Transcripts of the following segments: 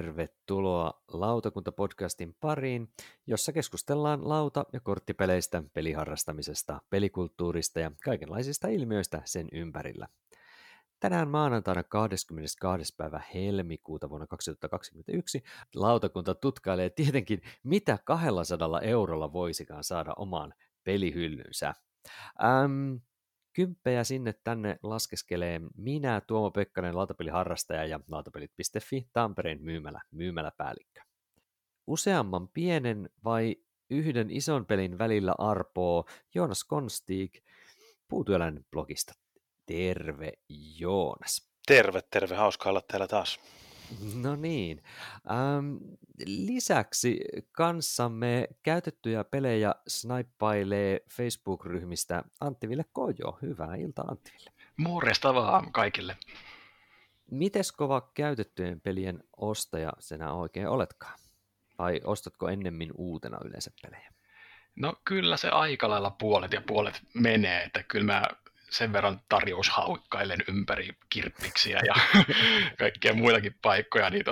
Tervetuloa Lautakunta-podcastin pariin, jossa keskustellaan lauta- ja korttipeleistä, peliharrastamisesta, pelikulttuurista ja kaikenlaisista ilmiöistä sen ympärillä. Tänään maanantaina 22. päivä helmikuuta vuonna 2021 lautakunta tutkailee tietenkin, mitä 200 eurolla voisikaan saada omaan pelihyllynsä. Kymppejä sinne tänne laskeskelee minä, Tuomo Pekkanen, lautapeliharrastaja ja lautapelit.fi Tampereen myymäläpäällikkö. Useamman pienen vai yhden ison pelin välillä arpoo Joonas Konstig Puutyöläinen blogista. Terve Joonas. Terve. Hauska olla täällä taas. No niin. Lisäksi kanssamme käytettyjä pelejä snaippailee Facebook-ryhmistä Antti Ville Kojo. Hyvää iltaa Antti Ville. Morjesta vaan kaikille. Mites kova käytettyjen pelien ostaja sinä oikein oletkaan? Vai ostatko ennemmin uutena yleensä pelejä? No kyllä se aika lailla puolet ja puolet menee, että kyllä mä sen verran tarjoushaukkailen ympäri kirppiksiä ja kaikkea muitakin paikkoja, niin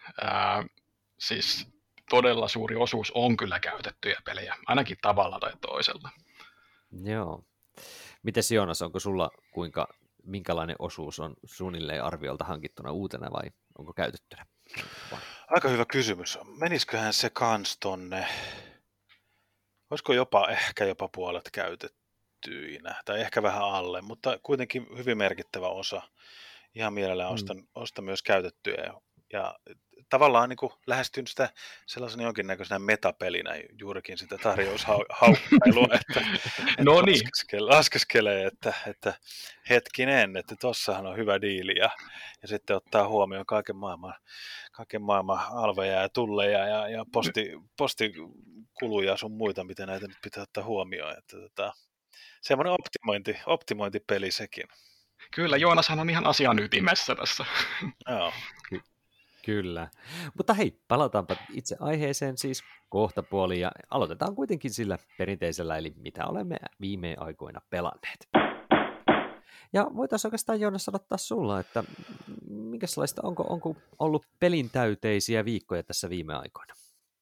siis todella suuri osuus on kyllä käytettyjä pelejä, ainakin tavalla tai toisella. Joo. Mites Joonas, onko sulla minkälainen osuus on suunnilleen arviolta hankittuna uutena vai onko käytettynä? Aika hyvä kysymys. Menisiköhän se kans tonne, olisiko ehkä jopa puolet käytettyinä, tai ehkä vähän alle, mutta kuitenkin hyvin merkittävä osa. Ihan mielellään ostan myös käytettyjä ja tavallaan niin kuin lähestyn sitä sellaisena jonkinnäköisenä metapelinä juurikin sitä tarjoushaukkailua, että no niin. laskeskelee, että hetkinen, että tossahan on hyvä diili ja sitten ottaa huomioon kaiken maailman alveja ja tulleja ja postikuluja sun muita, mitä näitä nyt pitää ottaa huomioon, että semmoinen optimointipeli sekin. Kyllä, Joonashan on ihan asian ytimessä tässä. Joo. Kyllä. Mutta hei, palataanpa itse aiheeseen siis kohtapuoliin ja aloitetaan kuitenkin sillä perinteisellä, eli mitä olemme viime aikoina pelanneet. Ja voitaisiin oikeastaan Joonas aloittaa sulla, että minkälaista, onko ollut pelintäyteisiä viikkoja tässä viime aikoina?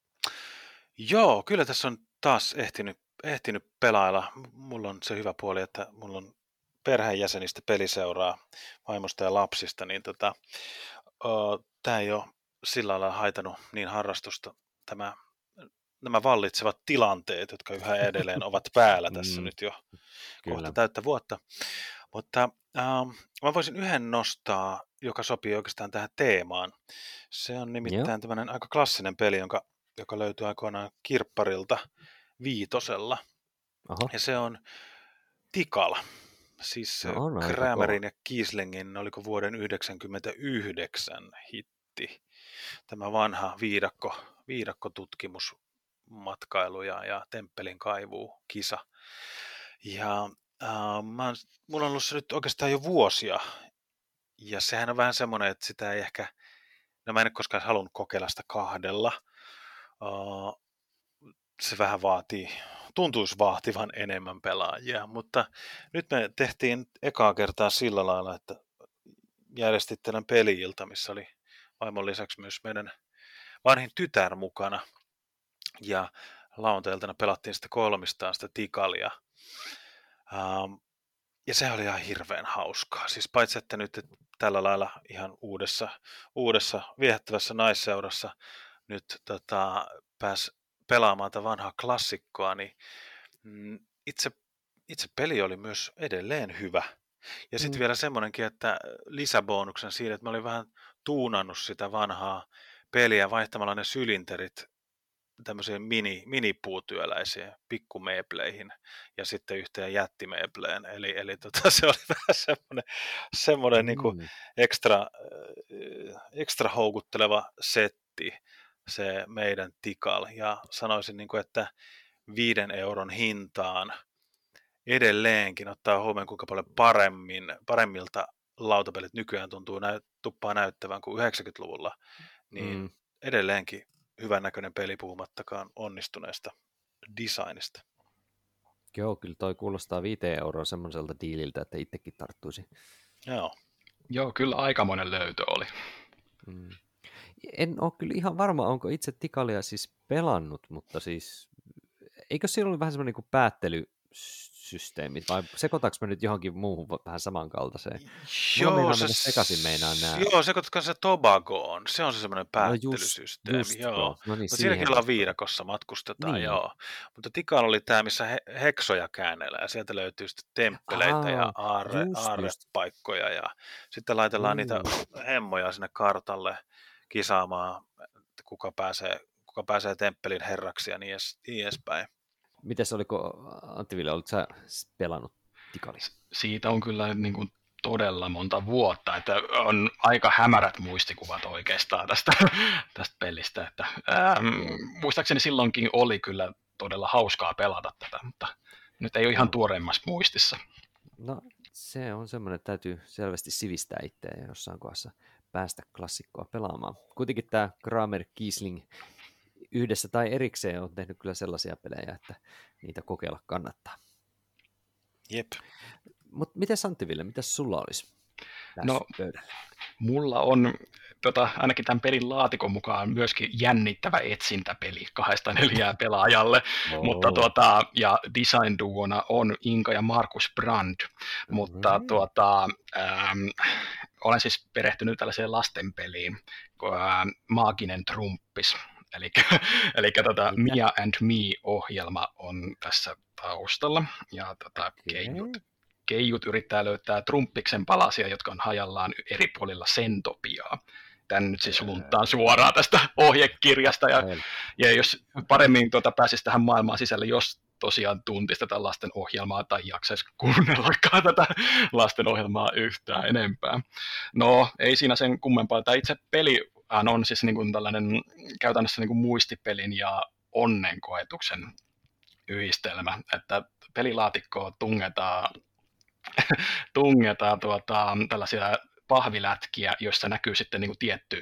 Joo, kyllä tässä on taas ehtinyt pelailla. Mulla on se hyvä puoli, että mulla on perheenjäsenistä peliseuraa, vaimosta ja lapsista, niin tämä ei ole sillä lailla haitanut niin harrastusta nämä vallitsevat tilanteet, jotka yhä edelleen ovat päällä tässä nyt jo kohta täyttä vuotta. Mutta mä voisin yhden nostaa, joka sopii oikeastaan tähän teemaan. Se on nimittäin tämmöinen aika klassinen peli, joka löytyy aikoinaan kirpparilta Viitosella. Aha. Ja se on Tikal. Siis Kramerin ja Kieslingin, oliko vuoden 1999 hitti. Tämä vanha viidakkotutkimusmatkailu ja temppelin kaivuu kisa. Ja mulla on ollut se nyt oikeastaan jo vuosia. Ja sehän on vähän semmoinen, että sitä ei ehkä, mä en ole koskaan halunnut kokeilla sitä kahdella. Se vähän tuntuisi vaativan enemmän pelaajia, mutta nyt me tehtiin ekaa kertaa sillä lailla, että järjestettiin peli-ilta, missä oli vaimon lisäksi myös meidän vanhin tytär mukana, ja lauantailtana pelattiin sitä kolmistaan sitä Tikalia, ja se oli ihan hirveän hauskaa, siis paitsi että nyt tällä lailla ihan uudessa viehättävässä naisseurassa nyt pääsi pelaamaan tätä vanhaa klassikkoa, niin itse peli oli myös edelleen hyvä. Ja sitten vielä semmoinenkin, että lisäbonuksen siinä, että mä olin vähän tuunannut sitä vanhaa peliä vaihtamalla ne sylinterit tämmöisiin minipuutyöläisiin pikkumeepleihin ja sitten yhteen jättimeepleen. Eli se oli vähän semmoinen niinku ekstra houkutteleva setti, se meidän Tikal, ja sanoisin, että 5 euron hintaan edelleenkin ottaa huomioon, kuinka paljon paremmilta lautapelit nykyään tuppaa näyttävän kuin 90-luvulla, niin edelleenkin hyvän näköinen peli puhumattakaan onnistuneesta designista. Joo, kyllä toi kuulostaa 5 euroa semmoiselta diililtä, että itsekin tarttuisi. Joo. Joo, kyllä aikamoinen löytö oli. En ole kyllä ihan varma, onko itse Tikalia siis pelannut, mutta siis eikö siellä ollut vähän semmoinen niin päättelysysteemi, vai sekoitaanko mä nyt johonkin muuhun vähän samankaltaiseen? Mulla Joo, meinaa mennä sekaisin nämä. joo, sekoitatko se Tobagoon? Se on se semmoinen No päättelysysteemi, joo. joo. No niin, Mutta siinäkin siihen ollaan vastata. viidakossa, matkustetaan, Niin. joo. Mutta Tikalla oli tämä, missä heksoja käännellä, ja sieltä löytyy sitten temppeleitä ja aarrepaikkoja, ja sitten laitellaan niitä hemmoja sinne kartalle kisaamaan, että kuka pääsee temppelin herraksi ja niin edespäin. Mites oliko, Antti Ville, oletko sä pelannut Tikalia? Siitä on kyllä niin kuin todella monta vuotta, että on aika hämärät muistikuvat oikeastaan tästä pelistä. Että, muistaakseni silloinkin oli kyllä todella hauskaa pelata tätä, mutta nyt ei ole ihan tuoreimmassa muistissa. No se on semmoinen, että täytyy selvästi sivistää itseä ja jossain kohdassa päästä klassikkoa pelaamaan. Kuitenkin tämä Kramer Kiesling yhdessä tai erikseen on tehnyt kyllä sellaisia pelejä, että niitä kokeilla kannattaa. Jep. Mutta miten Antti Ville, mitäs sulla olisi pöydälle? Mulla on ainakin tämän pelin laatikon mukaan myöskin jännittävä etsintäpeli 2-4 pelaajalle, mutta ja design duona on Inka ja Markus Brand, mutta olen siis perehtynyt tällaiseen lastenpeliin, Maaginen Trumppis, eli Mia and Me-ohjelma on tässä taustalla, ja keijut yrittää löytää Trumppiksen palasia, jotka on hajallaan eri puolilla Sentopiaa. Tän nyt siis lunttaan suoraan tästä ohjekirjasta, ja jos paremmin pääsisi tähän maailmaan sisälle, jos tosiaan tuntisi tätä lasten ohjelmaa tai jaksaisi kuunnellakaan tätä lasten ohjelmaa yhtään enempää. No, ei siinä sen kummempaa. Tämä itse peli on siis niin kuin tällainen käytännössä niin kuin muistipelin ja onnenkoetuksen yhdistelmä, että pelilaatikkoon tungetaan tällaisia pahvilätkiä, joissa näkyy sitten niin kuin tietty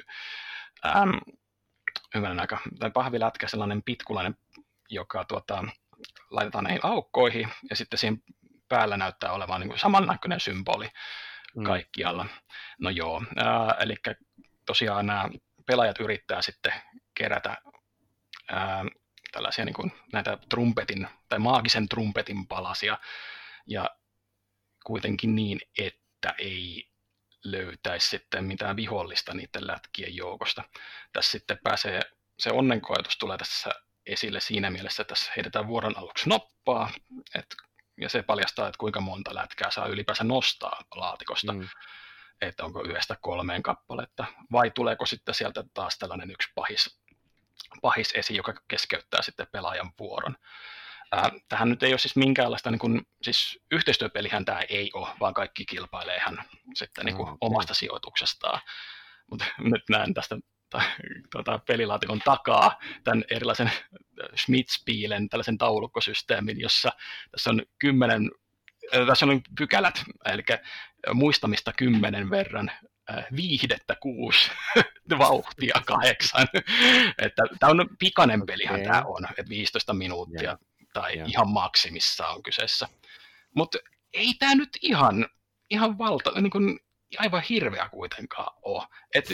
pahvilätkä, sellainen pitkulainen, joka laitetaan näihin aukkoihin, ja sitten siihen päällä näyttää olevan niin kuin samannäköinen symboli kaikkialla. No joo, eli tosiaan nämä pelaajat yrittää sitten kerätä tällaisia niin kuin näitä trumpetin tai maagisen trumpetin palasia, ja kuitenkin niin, että ei löytäisi sitten mitään vihollista niiden lätkien joukosta. Tässä sitten pääsee, se onnenkoetus tulee tässä esille siinä mielessä, että tässä heitetään vuoron aluksi nappaa, ja se paljastaa, että kuinka monta lätkää saa ylipäänsä nostaa laatikosta, että onko 1-3 kappaletta, vai tuleeko sitten sieltä taas tällainen yksi pahis esi, joka keskeyttää sitten pelaajan vuoron. Tähän nyt ei ole siis minkäänlaista, niin kuin, siis yhteistyöpelihän tämä ei ole, vaan kaikki kilpailee ihan sitten niin kuin omasta sijoituksestaan. Mutta nyt näen tästä pelilaatikon takaa tämän erilaisen Schmidt-spielen, tällaisen taulukkosysteemin, jossa tässä on pykälät, eli muistamista 10 verran, viihdettä 6, vauhtia 8. Että tämä on pikainen pelihän tämä on, että 15 minuuttia tai ihan maksimissa on kyseessä. Mutta ei tämä nyt ihan niin kuin aivan hirveä kuitenkaan ole. Että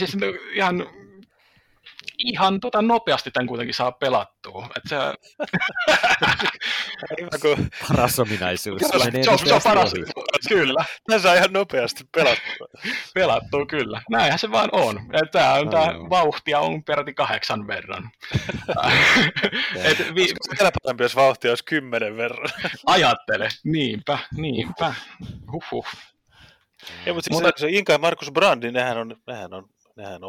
ihan nopeasti tämän kuitenkin saa pelattua. Että se paras ominaisuus. Se on paras, kyllä. Tämä saa ihan nopeasti pelattua. Pelattua, kyllä. Näinhän se vaan on. Tämä vauhtia on peräti 8 verran. Olisiko vielä parempi, jos vauhtia olisi 10 verran? Ajattele, niinpä. Huhhuh. Ja, mutta siis se Inka ja Markus Brand, niin nehän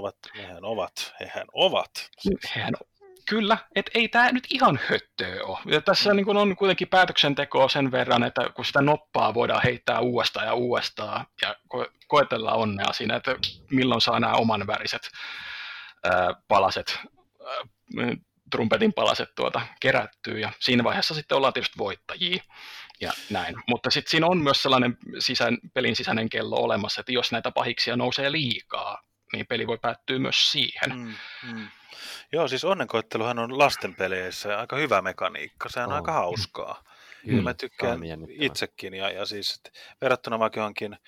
ovat. Kyllä, että ei tämä nyt ihan höttöä ole. Ja tässä niin kun on kuitenkin päätöksentekoa sen verran, että kun sitä noppaa voidaan heittää uudestaan ja koetella onnea siinä, että milloin saa nämä oman väriset palaset, trumpetin palaset kerättyä, ja siinä vaiheessa sitten ollaan tietysti voittajia ja näin. Mutta sitten siinä on myös sellainen pelin sisäinen kello olemassa, että jos näitä pahiksia nousee liikaa, niin peli voi päättyä myös siihen. Joo, siis onnenkoetteluhan on lastenpeleissä aika hyvä mekaniikka, sehän on aika hauskaa. Kyllä, mä tykkään itsekin, ja siis verrattuna vaikka johonkin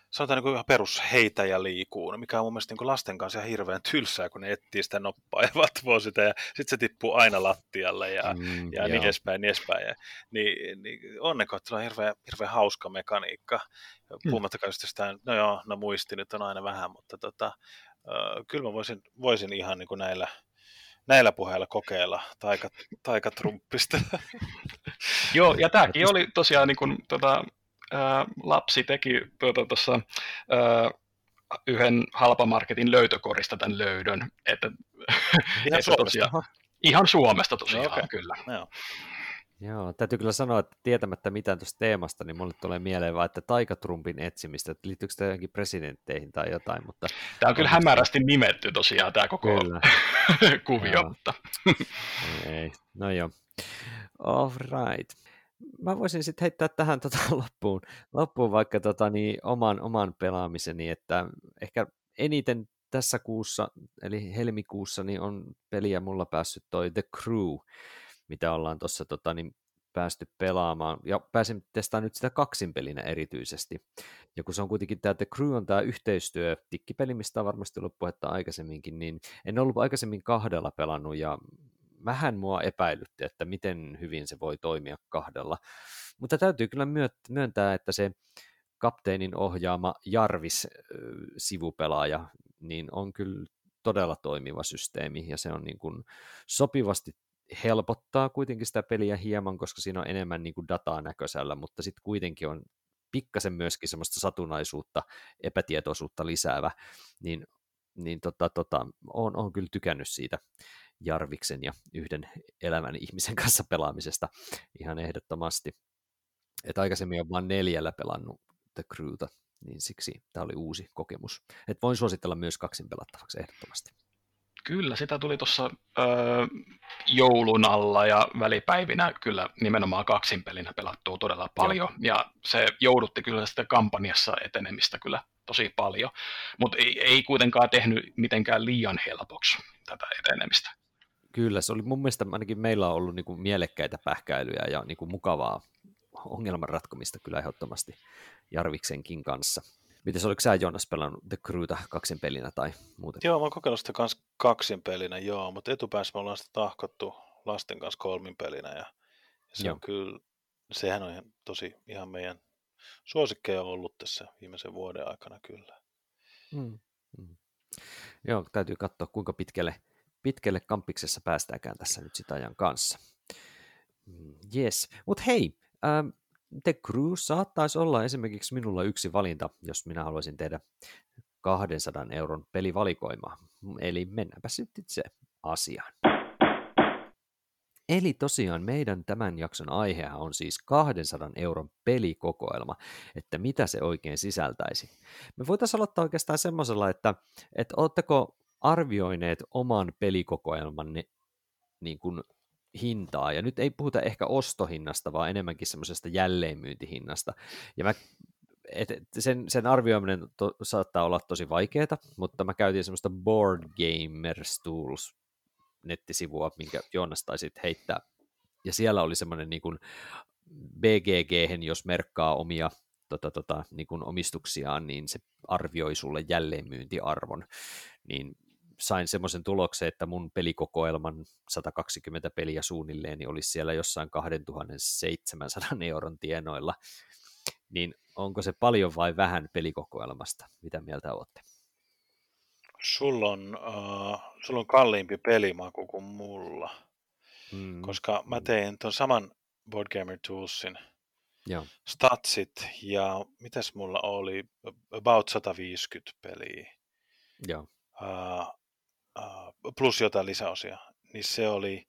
sanotaan niin ihan perus heitä ja liikuu, mikä on mun mielestä niin lasten kanssa ihan hirveän tylsää, kun ne etsii sitä noppaa ja vatvoo sitä, ja sitten se tippuu aina lattialle, ja niin edespäin, niin edespäin. Niin onnekotilla on hirveän hauska mekaniikka. Puhumattakaan just sitä, no joo, no muisti nyt on aina vähän, mutta kyllä mä voisin ihan niin kuin näillä puheilla kokeilla taikatrumpista. Joo, ja tämäkin oli tosiaan niin kuin, lapsi teki tuossa yhden halpamarketin löytökorista tämän löydön. Että Ihan Suomesta? Ihan Suomesta tosiaan, no, okay. Kyllä. Joo, täytyy kyllä sanoa, että tietämättä mitään tuosta teemasta, niin mulle tulee mieleen vaan, että taikatrumpin etsimistä, että liittyykö tämä johonkin presidentteihin tai jotain, mutta... Tämä on kyllä hämärästi nimetty tosiaan tämä koko kuvio, mutta... Ei, no joo. All right. Mä voisin sitten heittää tähän loppuun vaikka oman pelaamiseni, että ehkä eniten tässä kuussa, eli helmikuussa, niin on peliä mulla päässyt toi The Crew, mitä ollaan tuossa päästy pelaamaan, ja pääsin testaamaan nyt sitä kaksinpelinä erityisesti. Ja kun se on kuitenkin tämä The Crew on tämä yhteistyö tikkipeli, mistä on varmasti ollut puhetta aikaisemminkin, niin en ollut aikaisemmin kahdella pelannut, ja vähän mua epäilytti, että miten hyvin se voi toimia kahdella. Mutta täytyy kyllä myöntää, että se kapteenin ohjaama Jarvis-sivupelaaja niin on kyllä todella toimiva systeemi, ja se on niin kuin sopivasti helpottaa kuitenkin sitä peliä hieman, koska siinä on enemmän niin kuin dataa näköisellä, mutta sitten kuitenkin on pikkasen myöskin semmoista satunnaisuutta, epätietoisuutta lisäävä, niin on kyllä tykännyt siitä Jarviksen ja yhden elävän ihmisen kanssa pelaamisesta ihan ehdottomasti. Et aikaisemmin olen vain 4 pelannut The Crewta, niin siksi tämä oli uusi kokemus. Et voin suositella myös kaksin pelattavaksi ehdottomasti. Kyllä, sitä tuli tuossa joulun alla ja välipäivinä kyllä nimenomaan kaksinpelinä pelattua todella paljon, ja se joudutti kyllä sitä kampanjassa etenemistä kyllä tosi paljon, mutta ei kuitenkaan tehnyt mitenkään liian helpoksi tätä etenemistä. Kyllä, se oli mun mielestä ainakin meillä on ollut niinku mielekkäitä pähkäilyjä ja niinku mukavaa ongelman ratkomista kyllä ehdottomasti Jarviksenkin kanssa. Mites, oliko sä Joonas pelannut The Crewta kaksinpelinä tai muuten? Joo, mä oon kokeillut sitä kanssa kaksinpelinä, mutta etupäässä me ollaan sitä tahkottu lasten kanssa kolminpelinä, ja se on kyllä, sehän on ihan meidän suosikkeja ollut tässä viimeisen vuoden aikana kyllä. Joo, täytyy katsoa kuinka pitkälle kampiksessa päästäänkään tässä nyt sitä ajan kanssa. Yes, mutta hei, The Crew saattaisi olla esimerkiksi minulla yksi valinta, jos minä haluaisin tehdä 200 € pelivalikoimaa. Eli mennäänpä sitten itse asiaan. Eli tosiaan meidän tämän jakson aihehan on siis 200 € pelikokoelma, että mitä se oikein sisältäisi. Me voitaisiin aloittaa oikeastaan semmoisella, että ootteko arvioineet oman pelikokoelmanne niin kuin hintaa, ja nyt ei puhuta ehkä ostohinnasta, vaan enemmänkin semmoisesta jälleenmyyntihinnasta. Ja sen arvioiminen saattaa olla tosi vaikeaa, mutta mä käytin semmoista Board Gamers Tools nettisivua, minkä Joonas taisit heittää, ja siellä oli semmoinen niin kuin BGG-hen, jos merkkaa omia niin kuin omistuksiaan, niin se arvioi sulle jälleenmyyntiarvon, niin sain semmoisen tuloksen, että mun pelikokoelman 120 peliä suunnilleen niin olisi siellä jossain 2700 € tienoilla, niin onko se paljon vai vähän pelikokoelmasta? Mitä mieltä olette? Sulla on kalliimpi pelimaku kuin mulla, koska mä tein ton saman Board Gamer Toolsin statsit, ja mitäs mulla oli? About 150 peliä. Joo. Plus jotain lisäosia, niin se oli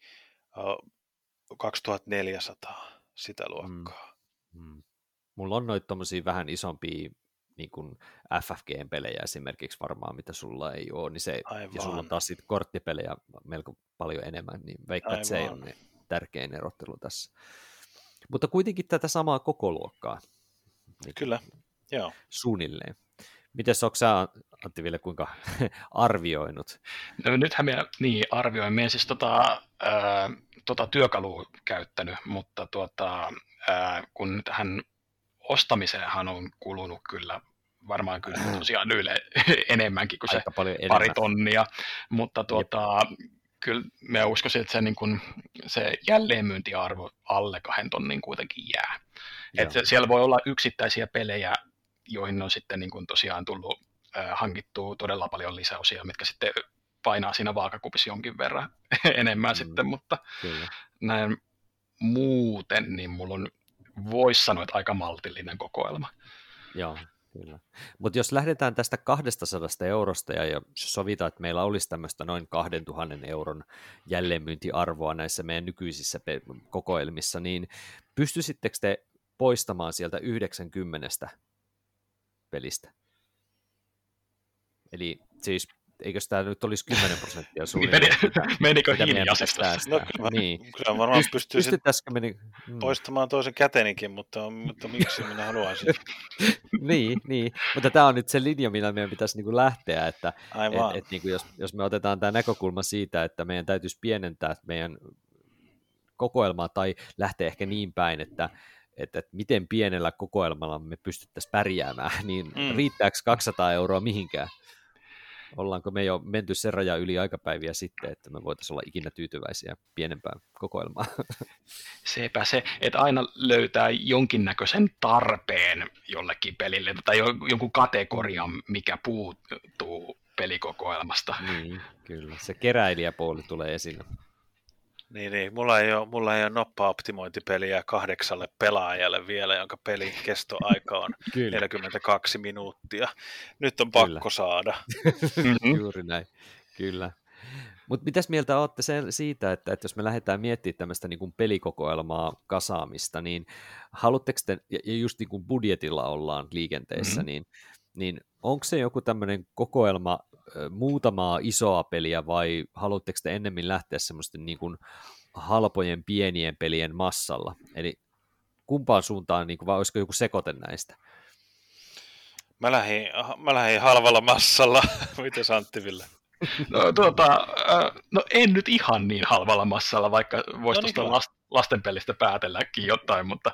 2400 sitä luokkaa. Mulla on noita tommosia vähän isompia niin kuin FFG-pelejä esimerkiksi varmaan, mitä sulla ei ole, niin se, ja sulla on taas sit korttipelejä melko paljon enemmän, niin veikkaan, että se on tärkein erottelu tässä. Mutta kuitenkin tätä samaa kokoluokkaa. Niin kyllä, joo. Suunnilleen. Mites onko sä, Antti Ville, kuinka arvioinut? No, nythän minä arvioin. Minä siis työkalua käyttänyt, mutta kun tähän ostamiseenhan on kulunut kyllä varmaan kyllä tosiaan enemmänkin kuin se Aika paljon pari enemmän. tonnia, mutta kyllä me uskoisin, että se, niin kuin, se jälleenmyyntiarvo alle 2 tonnin kuitenkin jää. Että siellä voi olla yksittäisiä pelejä, joihin on sitten niin kuin tosiaan tullut hankittua todella paljon lisäosia, mitkä sitten painaa siinä vaakakupissa jonkin verran enemmän sitten, mutta Kyllä. näin muuten, niin mulla on, voisi sanoa, että aika maltillinen kokoelma. Joo, kyllä. Mutta jos lähdetään tästä 200 eurosta ja jos sovitaan, että meillä olisi tämmöistä noin 2000 euron jälleenmyyntiarvoa näissä meidän nykyisissä kokoelmissa, niin pystyisittekö te poistamaan sieltä 90 pelistä? Eli siis eikö tämä nyt olisi 10% suunnilleen? Menikö hiljaisesti? No kyllä varmaan pystyisin poistamaan toisen kätenikin, mutta miksi minä haluaisin? niin, mutta tämä on nyt se linja, millä meidän pitäisi niin lähteä, että niin jos me otetaan tämä näkökulma siitä, että meidän täytyisi pienentää meidän kokoelmaa tai lähteä ehkä niin päin, että miten pienellä kokoelmalla me pystyttäisiin pärjäämään, niin riittääkö 200 euroa mihinkään? Ollaanko me jo menty sen raja yli aikapäiviä sitten, että me voitaisiin olla ikinä tyytyväisiä pienempään kokoelmaan? Sepä se, että aina löytää jonkinnäköisen tarpeen jollekin pelille tai jonkun kategorian, mikä puuttuu pelikokoelmasta. Niin, kyllä. Se keräilijäpuoli tulee esille. Niin. Mulla ei ole noppa-optimointipeliä 8 pelaajalle vielä, jonka pelin kestoaika on 42 minuuttia. Nyt on pakko saada. Juuri näin, kyllä. Mutta mitäs mieltä olette siitä, että jos me lähdetään miettimään tämmöistä niin kuin pelikokoelmaa kasaamista, niin haluatteko te, ja just niin kuin budjetilla ollaan liikenteessä, niin onko se joku tämmöinen kokoelma muutamaa isoa peliä vai haluatteko te ennemmin lähteä semmoisten niin kuin halpojen pienien pelien massalla? Eli kumpaan suuntaan, niin kuin, vai olisiko joku sekoite näistä? Mä lähdin halvalla massalla. Mites Antti Ville? No en nyt ihan niin halvalla massalla, vaikka voisi tuosta lastenpelistä päätelläkin jotain, mutta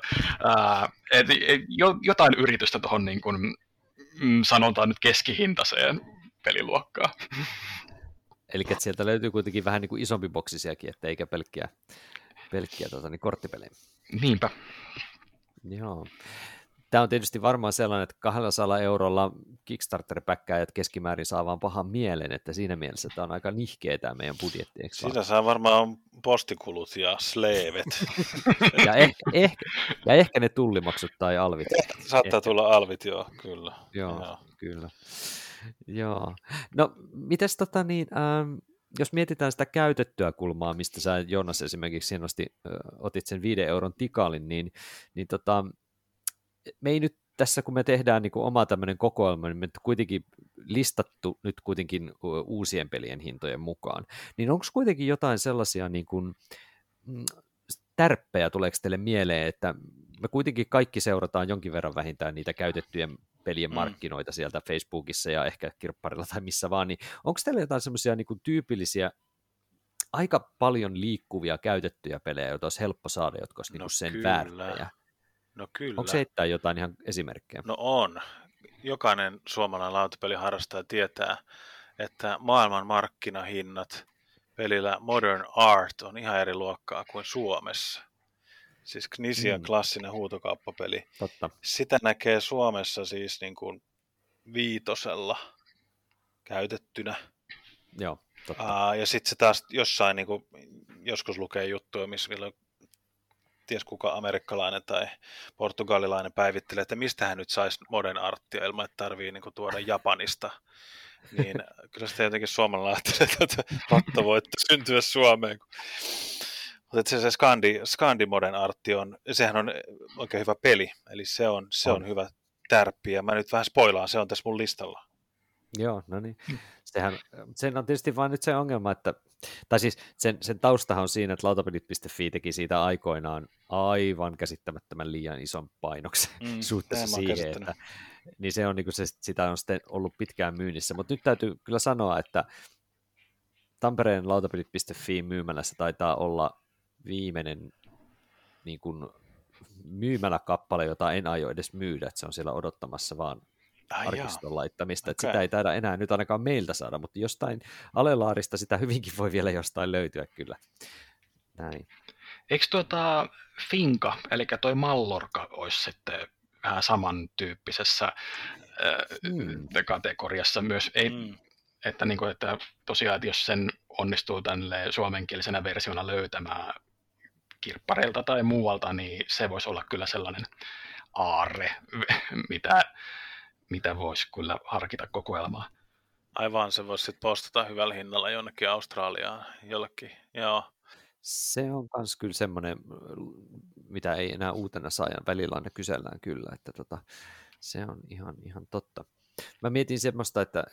jotain yritystä tuohon niin kuin, sanotaan nyt keskihintaiseen peliluokkaan. Eli sieltä löytyy kuitenkin vähän niin kuin isompi boksisiakin, että eikä pelkkiä korttipelejä. Niinpä. Joo. Tämä on tietysti varmaan sellainen, että 200 eurolla Kickstarter-päkkäjät keskimäärin saa vaan pahan mielen, että siinä mielessä tämä on aika nihkeä tämä meidän budjetti. Siinä saa varmaan postikulut ja sleevet. ja ehkä ne tullimaksut tai alvit. Saattaa tulla alvit, joo, kyllä. Joo, kyllä. Joo. No, mites jos mietitään sitä käytettyä kulmaa, mistä sä Joonas esimerkiksi hienosti otit sen 5 euron tikaalin, niin me ei nyt tässä, kun me tehdään niin kuin oma tämmöinen kokoelma, niin me kuitenkin listattu nyt kuitenkin uusien pelien hintojen mukaan, niin onko kuitenkin jotain sellaisia niin kuin tärppejä, tuleeko teille mieleen, että me kuitenkin kaikki seurataan jonkin verran vähintään niitä käytettyjen pelien markkinoita sieltä Facebookissa ja ehkä Kirpparilla tai missä vaan, niin onko teillä jotain semmoisia niin kuin tyypillisiä, aika paljon liikkuvia käytettyjä pelejä, joita olisi helppo saada, jotka olisi niin kuin sen väärtejä? No kyllä. Onko se heittää jotain ihan esimerkkejä? No on. Jokainen suomalainen lautapeliharrastaja tietää, että maailman markkinahinnat pelillä Modern Art on ihan eri luokkaa kuin Suomessa. Siis Knisian klassinen huutokauppapeli. Totta. Sitä näkee Suomessa siis niin kuin 5 käytettynä. Joo, totta. Ja sitten se taas jossain, niin kuin, joskus lukee juttuja, milloin ties kuka amerikkalainen tai portugalilainen päivittelee, että mistä hän nyt saisi Modern Artia ilman, että tarvii niin kuin tuoda Japanista. Niin kyllä sitä jotenkin suomalainen ajattelee, että Otto voitte syntyä Suomeen. Mutta se Scandi Modern Artti sehän on oikein hyvä peli, eli se on hyvä tärppi, ja mä nyt vähän spoilaan, se on tässä mun listalla. Joo, no niin. Sen on tietysti vain nyt se ongelma, että, tai siis sen taustahan on siinä, että lautapelit.fi teki siitä aikoinaan aivan käsittämättömän liian ison painoksen suhteessa siihen, että niin se on niin kuin sitä on sitten ollut pitkään myynnissä, mutta nyt täytyy kyllä sanoa, että Tampereen lautapelit.fi myymälässä taitaa olla viimeinen niin kuin myymäläkappale, jota en aio edes myydä, että se on siellä odottamassa vaan arkiston laittamista, että Okei. sitä ei taida enää nyt ainakaan meiltä saada, mutta jostain Alelaarista sitä hyvinkin voi vielä jostain löytyä kyllä. Näin. Eikö Finka, eli toi Mallorca, olisi sitten vähän samantyyppisessä kategoriassa myös, että, niin kuin, että tosiaan, että jos sen onnistuu tänne suomenkielisenä versiona löytämään kirppareilta tai muualta, niin se voisi olla kyllä sellainen aarre, mitä voisi kyllä harkita kokoelmaa. Aivan, se voisi sitten postata hyvällä hinnalla jonnekin Australiaan, jollekin, joo. Se on myös kyllä semmoinen, mitä ei enää uutena saajan välillä aina kysellään kyllä, että se on ihan totta. Mä mietin semmoista, että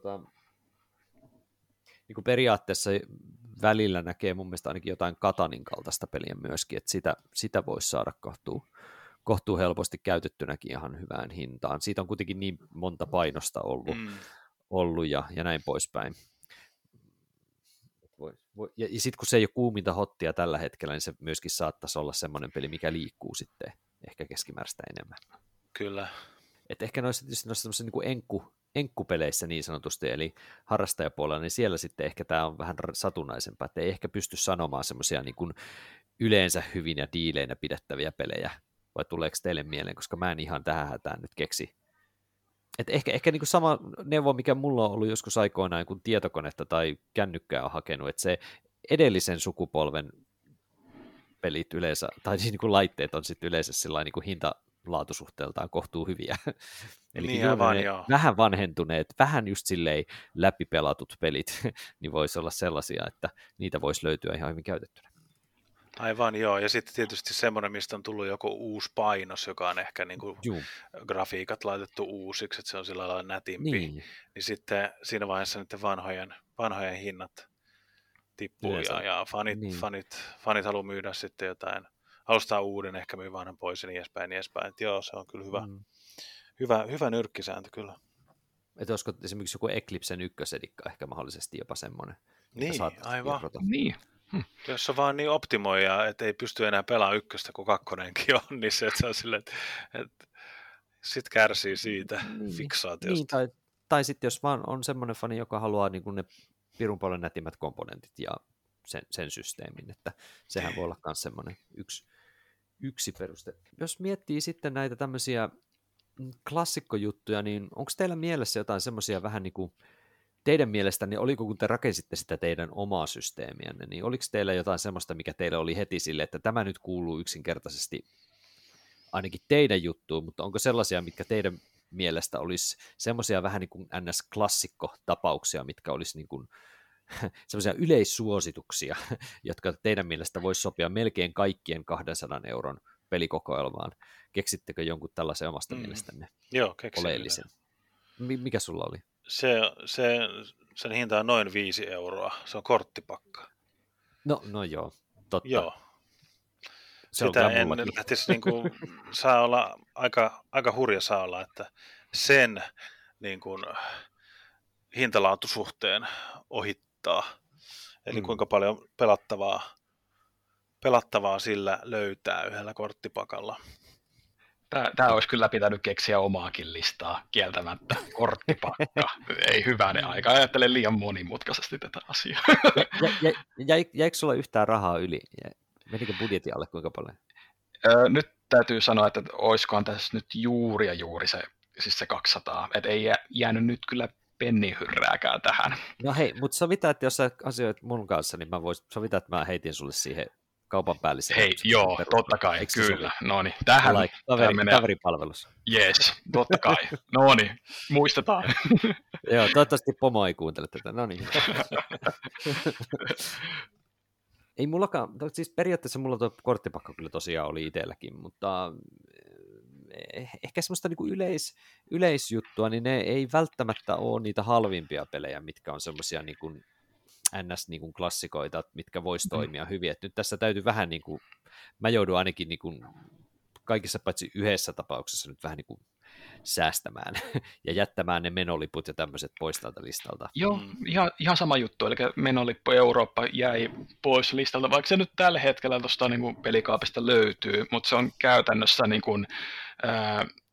niin kuin periaatteessa välillä näkee mun mielestä ainakin jotain Katanin kaltaista peliä myöskin, että sitä voisi saada kohtuu helposti käytettynäkin ihan hyvään hintaan. Siitä on kuitenkin niin monta painosta ollut ja näin poispäin. Ja sitten kun se ei ole kuuminta hottia tällä hetkellä, niin se myöskin saattaisi olla semmoinen peli, mikä liikkuu sitten ehkä keskimääräistä enemmän. Kyllä. Et ehkä noissa semmoisissa niin enkkupeleissä niin sanotusti, eli harrastajapuolella, niin siellä sitten ehkä tämä on vähän satunnaisempaa, että ei ehkä pysty sanomaan semmoisia niin kuin yleensä hyvin ja diileinä pidettäviä pelejä, vai tuleeko teille mieleen, koska mä en ihan tähän hätään nyt keksi. Et ehkä niin kuin sama neuvo, mikä mulla on ollut joskus aikoinaan, kun tietokonetta tai kännykkää on hakenut, että se edellisen sukupolven pelit yleensä, tai siis niin kuin laitteet on sitten yleensä sellainen niin kuin hinta-laatusuhteeltaan kohtuu hyviä. Eli niin vähän vanhentuneet, vähän just silleen läpipelatut pelit, niin voisi olla sellaisia, että niitä voisi löytyä ihan hyvin käytettynä. Aivan joo, ja sitten tietysti semmoinen, mistä on tullut joku uusi painos, joka on ehkä niin kuin grafiikat laitettu uusiksi, että se on sillä lailla nätimpi, niin sitten siinä vaiheessa niiden vanhojen hinnat tippuu, ja fanit haluaa myydä sitten jotain, alustaa uuden, ehkä myy vanhan pois ja niin edespäin. Että joo, se on kyllä hyvä nyrkkisääntö kyllä. Että olisiko esimerkiksi joku Eclipsen ykkösedikka ehkä mahdollisesti jopa semmoinen. Niin, aivan. Niin. Jos on vaan niin optimoija, että ei pysty enää pelaamaan ykköstä, kun kakkonenkin on, niin se on silleen, että sit kärsii siitä fiksaatiosta. Niin, tai sitten jos vaan on semmoinen fani, joka haluaa niin kuin ne pirun paljon nätimmät komponentit ja sen systeemin, että sehän voi olla myös semmoinen yksi peruste. Jos miettii sitten näitä tämmöisiä klassikkojuttuja, niin onko teillä mielessä jotain semmoisia vähän niin kuin teidän mielestänne, oliko kun te rakensitte sitä teidän omaa systeemiänne, niin oliko teillä jotain semmoista, mikä teille oli heti sille, että tämä nyt kuuluu yksinkertaisesti ainakin teidän juttuun, mutta onko sellaisia, mitkä teidän mielestä olisi semmoisia vähän niin kuin NS-klassikko-tapauksia, mitkä olisi niin kuin semmoisia yleissuosituksia, jotka teidän mielestä voisi sopia melkein kaikkien 200 euron pelikokoelmaan. Keksittekö jonkun tällaisen omasta mielestänne? Joo, keksin. Oleellisen. Mikä sulla oli? Sen hinta on noin 5 euroa. Se on korttipakka. No joo, totta. Joo. Sitä en lähtisi, niin kuin, saa olla aika hurja saa olla, että sen niin kuin, hintalaatusuhteen ohittaa. Eli kuinka paljon pelattavaa sillä löytää yhdellä korttipakalla. Tämä olisi kyllä pitänyt keksiä omaakin listaa kieltämättä. Korttipakka. Ei hyvänen aika. Ajattelen liian monimutkaisesti tätä asiaa. Jäikö sulla yhtään rahaa yli? Menikö budjetin alle kuinka paljon? Nyt täytyy sanoa, että olisikohan tässä nyt juuri se 200. Että ei jäänyt nyt kyllä pennihyrrääkään tähän. No hei, mutta sovitaan, että jos sä asioit mun kanssa, niin sovitaan, että mä heitin sulle siihen kaupan päällisen. Hei, joo, totta kai, kyllä. No niin, tähän menee. Kaveripalvelus. Yes, totta kai. No niin, muistetaan. Joo, toivottavasti pomo ei kuuntele tätä. No niin. Ei mullakaan, siis periaatteessa mulla tuo korttipakka kyllä tosiaan oli itselläkin, mutta ehkä semmoista niinku yleisjuttua, niin ne ei välttämättä ole niitä halvimpia pelejä, mitkä on semmoisia niinku NS-klassikoita, mitkä vois toimia hyvin. Et nyt tässä täytyy vähän, niinku, mä joudun ainakin niinku, kaikissa paitsi yhdessä tapauksessa nyt vähän niinku säästämään ja jättämään ne menoliput ja tämmöiset pois tältä listalta. Joo, ihan sama juttu, eli menolippu Eurooppa jäi pois listalta, vaikka se nyt tällä hetkellä tuosta niin pelikaapista löytyy, mutta se on käytännössä niin kuin,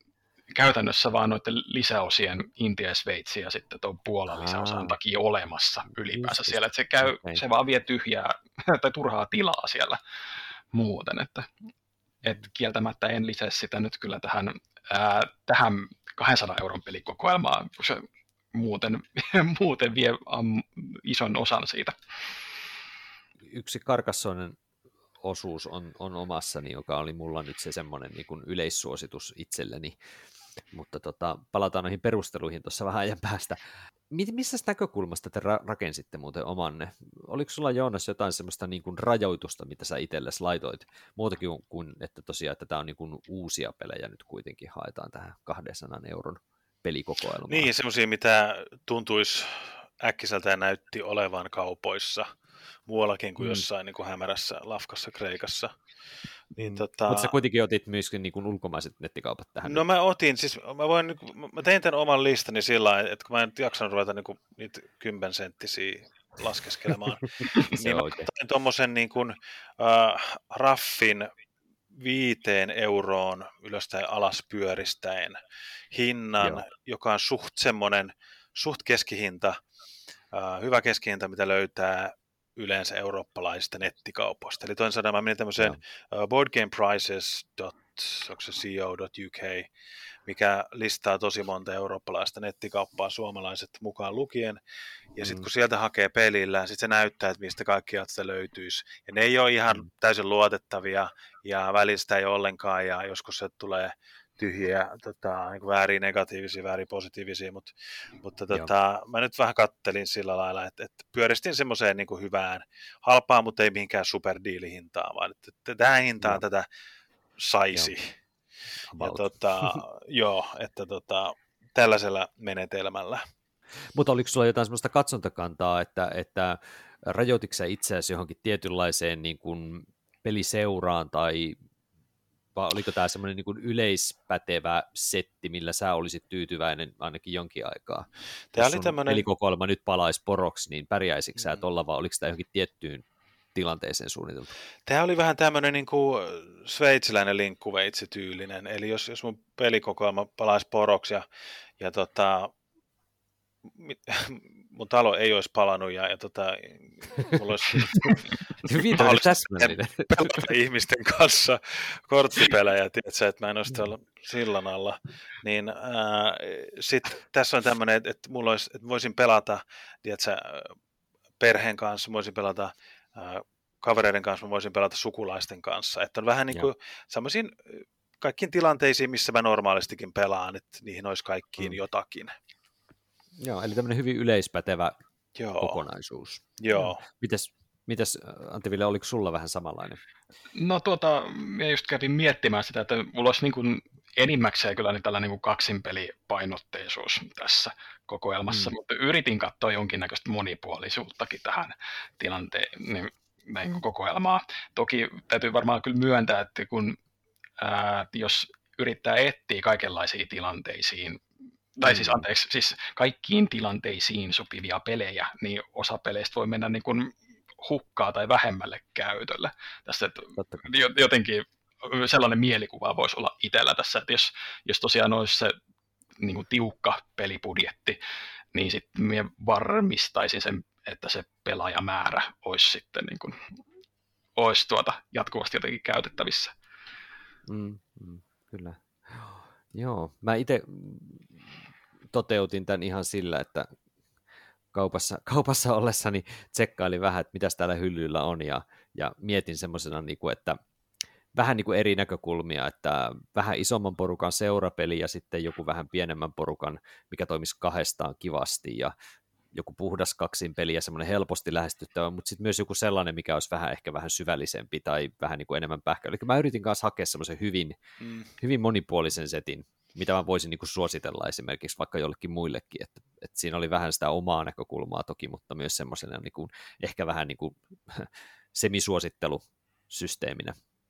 käytännössä vaan noiden lisäosien Intia ja Sveitsi ja sitten tuon Puolan lisäosan takia olemassa ylipäänsä siellä, että se vaan vie tyhjää tai turhaa tilaa siellä muuten, että kieltämättä en lisää sitä nyt kyllä tähän 200 euron pelikokoelmaan, kun se muuten vie ison osan siitä. Yksi Carcassonne osuus on omassani, joka oli mulla nyt se semmoinen niin kuin yleissuositus itselleni, mutta palataan noihin perusteluihin tuossa vähän ajan päästä. Missä näkökulmasta te rakensitte muuten omanne? Oliko sulla, Joonas, jotain semmoista niin kuin rajoitusta, mitä sä itsellesi laitoit? Muutakin kuin, että tosiaan, että tämä on niin kuin uusia pelejä nyt kuitenkin haetaan tähän 200 euron pelikokoelmaan. Niin, semmoisia, mitä tuntuisi äkkiseltä ja näytti olevan kaupoissa muuallakin kuin jossain niin kuin hämärässä lafkassa Kreikassa. Niin, Mutta sä kuitenkin otit myöskin niin kuin ulkomaiset nettikaupat tähän. No mä otin, siis mä tein tämän oman listani sillä lailla, että kun mä en jaksanut ruveta niin kuin niitä 10 senttisiä laskeskelemaan, niin mä otin tommosen niin kuin raffin 5 euroon ylöspäin alas pyöristäen hinnan, joka on suht keskihinta, hyvä keskihinta, mitä löytää yleensä eurooppalaisista nettikaupoista. Eli toisin sanoen mä menin tämmöiseen boardgameprices.co.uk, mikä listaa tosi monta eurooppalaista nettikauppaa, suomalaiset mukaan lukien. Ja sitten kun sieltä hakee pelillä, sitten se näyttää, että mistä kaikkialta sitä löytyisi. Ja ne ei ole ihan täysin luotettavia ja välistä ei ole ollenkaan ja joskus se tulee tyhjiä, niin väärin negatiivisia, väärin positiivisia, mutta mä nyt vähän kattelin sillä lailla, että pyöristin semmoiseen niin kuin hyvään, halpaan, mutta ei mihinkään superdiilihintaan, vaan että tähän hintaan tätä saisi. Ja tällaisella menetelmällä. Mutta oliko sulla jotain semmoista katsontakantaa, että rajoititko sä itseäsi johonkin tietynlaiseen niin kuin peliseuraan tai vai oliko tämä semmoinen niin kuin yleispätevä setti, millä sä olisit tyytyväinen ainakin jonkin aikaa? Jos sun pelikokoelma nyt palaisi poroksi, niin pärjäisikö sä tuolla, vai oliko tämä johonkin tiettyyn tilanteeseen suunniteltu? Tämä oli vähän tämmöinen niin kuin sveitsiläinen linkkuveitsi-tyylinen, eli jos mun pelikokoelma palaisi poroksi ja mun talo ei olisi palannut ja mulla olisi pelata ihmisten kanssa korttipelejä, tiedätkö, että mä en olisi tuolla sillan alla, niin sitten tässä on tämmöinen, että mulla olisi, että voisin pelata, tiedätkö, perheen kanssa, voisin pelata kavereiden kanssa, voisin pelata sukulaisten kanssa, että on vähän niin kuin semmoisiin kaikkiin tilanteisiin, missä mä normaalistikin pelaan, että niihin olisi kaikkiin jotakin. Joo, eli tämmöinen hyvin yleispätevä kokonaisuus. Joo. Mites Antti Ville, oliko sulla vähän samanlainen? No mä just kävin miettimään sitä, että mulla olisi niin kuin enimmäkseen kyllä tällainen niin kaksinpelipainotteisuus tässä kokoelmassa, mutta yritin katsoa jonkinnäköistä monipuolisuuttakin tähän tilanteen niin kokoelmaan. Toki täytyy varmaan kyllä myöntää, että kun jos yrittää etsiä kaikenlaisiin tilanteisiin, tai siis kaikkiin tilanteisiin sopivia pelejä, niin osa peleistä voi mennä niin kuin hukkaa tai vähemmälle käytölle. Tässä jotenkin sellainen mielikuva voisi olla itsellä tässä, että jos tosiaan olisi se niin kuin tiukka pelibudjetti, niin sitten minä varmistaisin sen, että se pelaajamäärä olisi sitten niin kuin, olisi jatkuvasti jotenkin käytettävissä. Kyllä. Joo, mä itse toteutin tämän ihan sillä, että kaupassa ollessani tsekkailin vähän, että mitäs täällä hyllyllä on, ja mietin semmoisena, että vähän niin kuin eri näkökulmia, että vähän isomman porukan seurapeli ja sitten joku vähän pienemmän porukan, mikä toimisi kahdestaan kivasti, ja joku puhdas kaksinpeli ja semmoinen helposti lähestyttävä, mutta sitten myös joku sellainen, mikä olisi ehkä vähän syvällisempi tai vähän niin kuin enemmän pähkä. Eli mä yritin kanssa hakea semmoisen hyvin monipuolisen setin, mitä mä voisin niin kuin suositella esimerkiksi vaikka jollekin muillekin, että siinä oli vähän sitä omaa näkökulmaa toki, mutta myös semmoisena niin kuin, ehkä vähän niin kuin semisuosittelusysteeminä.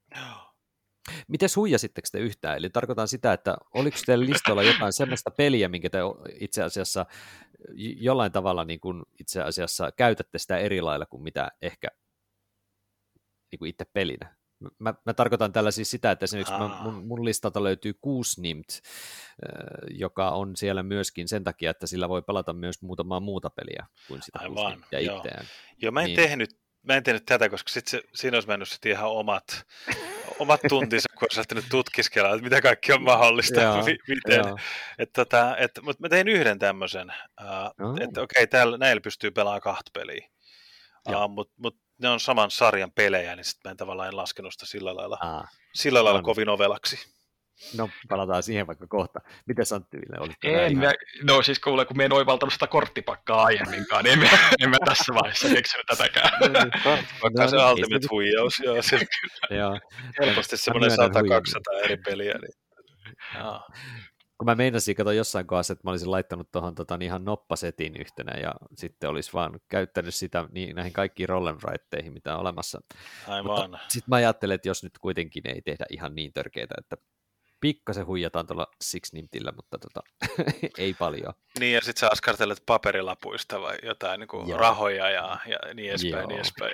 Miten huijasitteko te yhtään? Eli tarkoitan sitä, että oliko teillä listalla jotain semmoista peliä, minkä te itse asiassa jollain tavalla niin kuin itse asiassa käytätte sitä eri lailla kuin mitä ehkä niin kuin itse pelinä? mä tarkoitan tällä siis sitä, että esimerkiksi mun listalta löytyy 6 Nimt, joka on siellä myöskin sen takia, että sillä voi pelata myös muutamaa muuta peliä kuin sitä 6 Nimttiä itseään. Joo, mä en tehnyt tätä, koska siinä olisi mennyt sitten ihan omat tuntinsa, kun olisi lähtenyt tutkiskella, että mitä kaikki on mahdollista, miten. Mutta mä tein yhden tämmöisen, että okei, näillä pystyy pelaamaan 2 peliä, mutta ne on saman sarjan pelejä, niin sitten mä en tavallaan laskenut sitä sillä lailla kovin ovelaksi. No, palataan siihen vaikka kohta. Miten Antti Ville oli? Siis kuule, kun me en oivaltanut sitä korttipakkaa aiemminkaan, niin en mä tässä vaiheessa keksinyt tätäkään. Korttipakka se ultimate huijaus, joo. Helposti semmoinen 100-200 eri peliä. Niin. Kun mä meinasin, kato jossain kohdassa, että mä olisin laittanut tuohon ihan noppasetin yhtenä ja sitten olisi vaan käyttänyt sitä näihin kaikkiin rollenwritteihin, mitä on olemassa. Aivan. Sitten mä ajattelen, että jos nyt kuitenkin ei tehdä ihan niin törkeitä, että pikkasen huijataan tuolla Six Nimtillä, mutta ei paljon. Niin, ja sitten sä askartelet paperilapuista vai jotain niin kuin rahoja ja niin edespäin.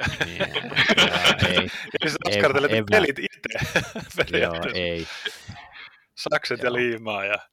Ei. Ja sitten askartelet pelit itse. Joo, ei. Sakset ja liimaa, ja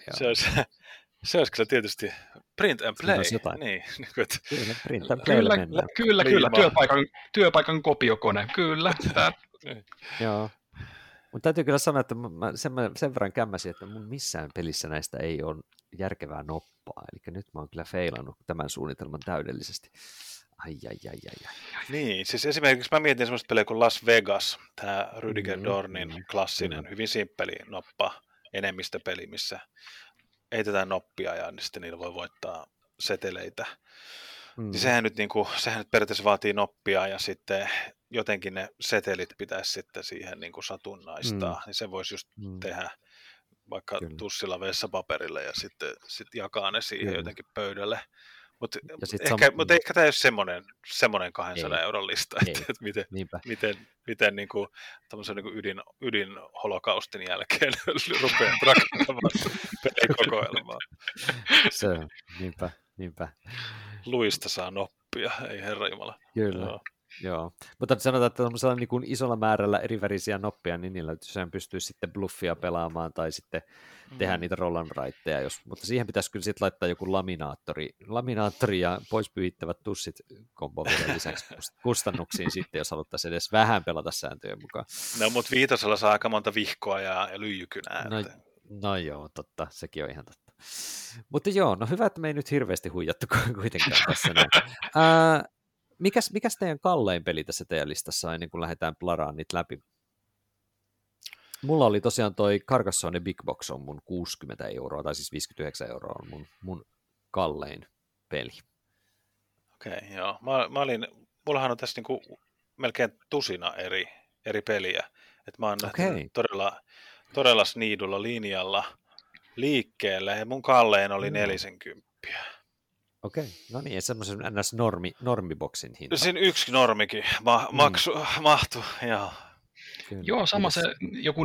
se olisi kyllä tietysti print and play. Niin, kyllä, print and play mennään. Kyllä, työpaikan kopiokone, kyllä. Joo. Mutta täytyy kyllä sanoa, että mä sen verran kämmäsin, että mun missään pelissä näistä ei ole järkevää noppaa. Eli nyt mä oon kyllä feilannut tämän suunnitelman täydellisesti. Ai. Niin, siis esimerkiksi mä mietin semmoista peliä kuin Las Vegas, tämä Rüdiger Dornin klassinen, hyvin simppeli noppa enemmistöpeli, missä heitetään noppia ja niin sitten niillä voi voittaa seteleitä. Niin sehän nyt periaatteessa vaatii noppia ja sitten jotenkin ne setelit pitäisi sitten siihen niin kuin satunnaistaa, niin se voisi just tehdä vaikka tussilla vessapaperille ja sitten jakaa ne siihen jotenkin pöydälle. Mutta ehkä tämä ei ole semmoinen 200 euron lista, että miten niin kuin, tämmöisen niin kuin ydinholokaustin jälkeen rupeaa rakentamaan pelikokoelmaa. Se on, niinpä. Luista saa noppia, ei herranjumala. Kyllä. Joo, mutta sanotaan, että tuollaisella niin kuin isolla määrällä erivärisiä noppia, niin niillä sehän pystyy sitten bluffia pelaamaan tai sitten tehdä niitä roll and writeja, mutta siihen pitäisi kyllä sitten laittaa joku laminaattori ja pois pyyhittävät tussit kombo vielä lisäksi kustannuksiin sitten, jos haluttaisiin edes vähän pelata sääntöjen mukaan. No, mutta 5 saa aika monta vihkoa ja lyijykynää. No joo, totta, sekin on ihan totta. Mutta joo, no hyvä, että me ei nyt hirveästi huijattu kuitenkaan tässä näin. Mikäs teidän kallein peli tässä teidän listassa ennen kuin lähdetään plaraan niitä läpi? Mulla oli tosiaan toi Carcassonne Big Box on mun 60 €, tai siis 59 € on mun kallein peli. Okei, joo. Mullahan on tässä niinku melkein tusina eri peliä. Et mä oon todella sniidulla linjalla liikkeelle, ja mun kallein oli 40. Okei, no niin, semmoisen ns. Normiboksin hinta. Siinä yksi normikin mahtui, joo. Kyllä. Joo, sama se joku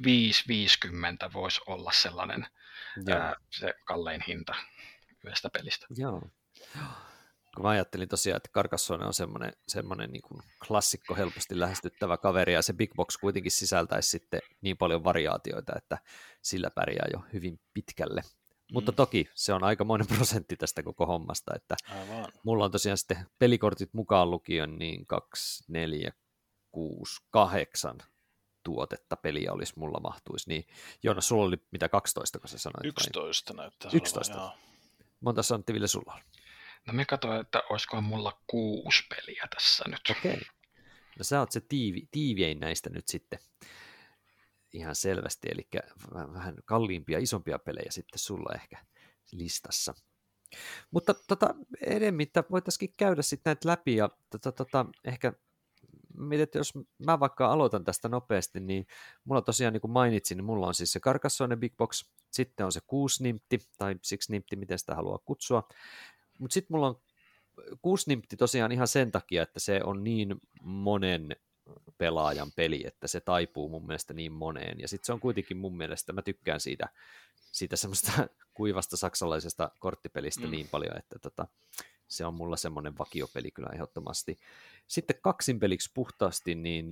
45-50 voisi olla sellainen se kallein hinta yhdestä pelistä. Joo. Kun mä ajattelin tosiaan, että Carcassonne on semmoinen niin kuin klassikko, helposti lähestyttävä kaveri, ja se Big Box kuitenkin sisältäisi sitten niin paljon variaatioita, että sillä pärjää jo hyvin pitkälle. Mutta toki se on aikamoinen prosentti tästä koko hommasta, että mulla on tosiaan sitten pelikortit mukaan lukien niin 2, 4, 6, 8 tuotetta peliä olisi mulla mahtuisi. Niin Joonas, sulla oli mitä 12, kun sä sanoit? 11 näyttää. 11. Monta Antti Ville sulla on? No me katsoin, että olisikohan mulla 6 peliä tässä nyt. Okei. No sä oot se tiivein näistä nyt sitten. Ihan selvästi, eli vähän kalliimpia, isompia pelejä sitten sulla ehkä listassa. Mutta enemmittä voitaisiin käydä sitten näitä läpi, ja ehkä mietit, jos mä vaikka aloitan tästä nopeasti, niin mulla tosiaan, niin kuin mainitsin, niin mulla on siis se Carcassonne Big Box, sitten on se 6 Nimpti, tai 6 Nimpti, miten sitä haluaa kutsua, mutta sitten mulla on 6 Nimpti tosiaan ihan sen takia, että se on niin monen pelaajan peli, että se taipuu mun mielestä niin moneen, ja sitten se on kuitenkin mun mielestä, mä tykkään siitä semmoista kuivasta saksalaisesta korttipelistä niin paljon, että se on mulla semmoinen vakiopeli kyllä ehdottomasti. Sitten kaksinpeliksi puhtaasti, niin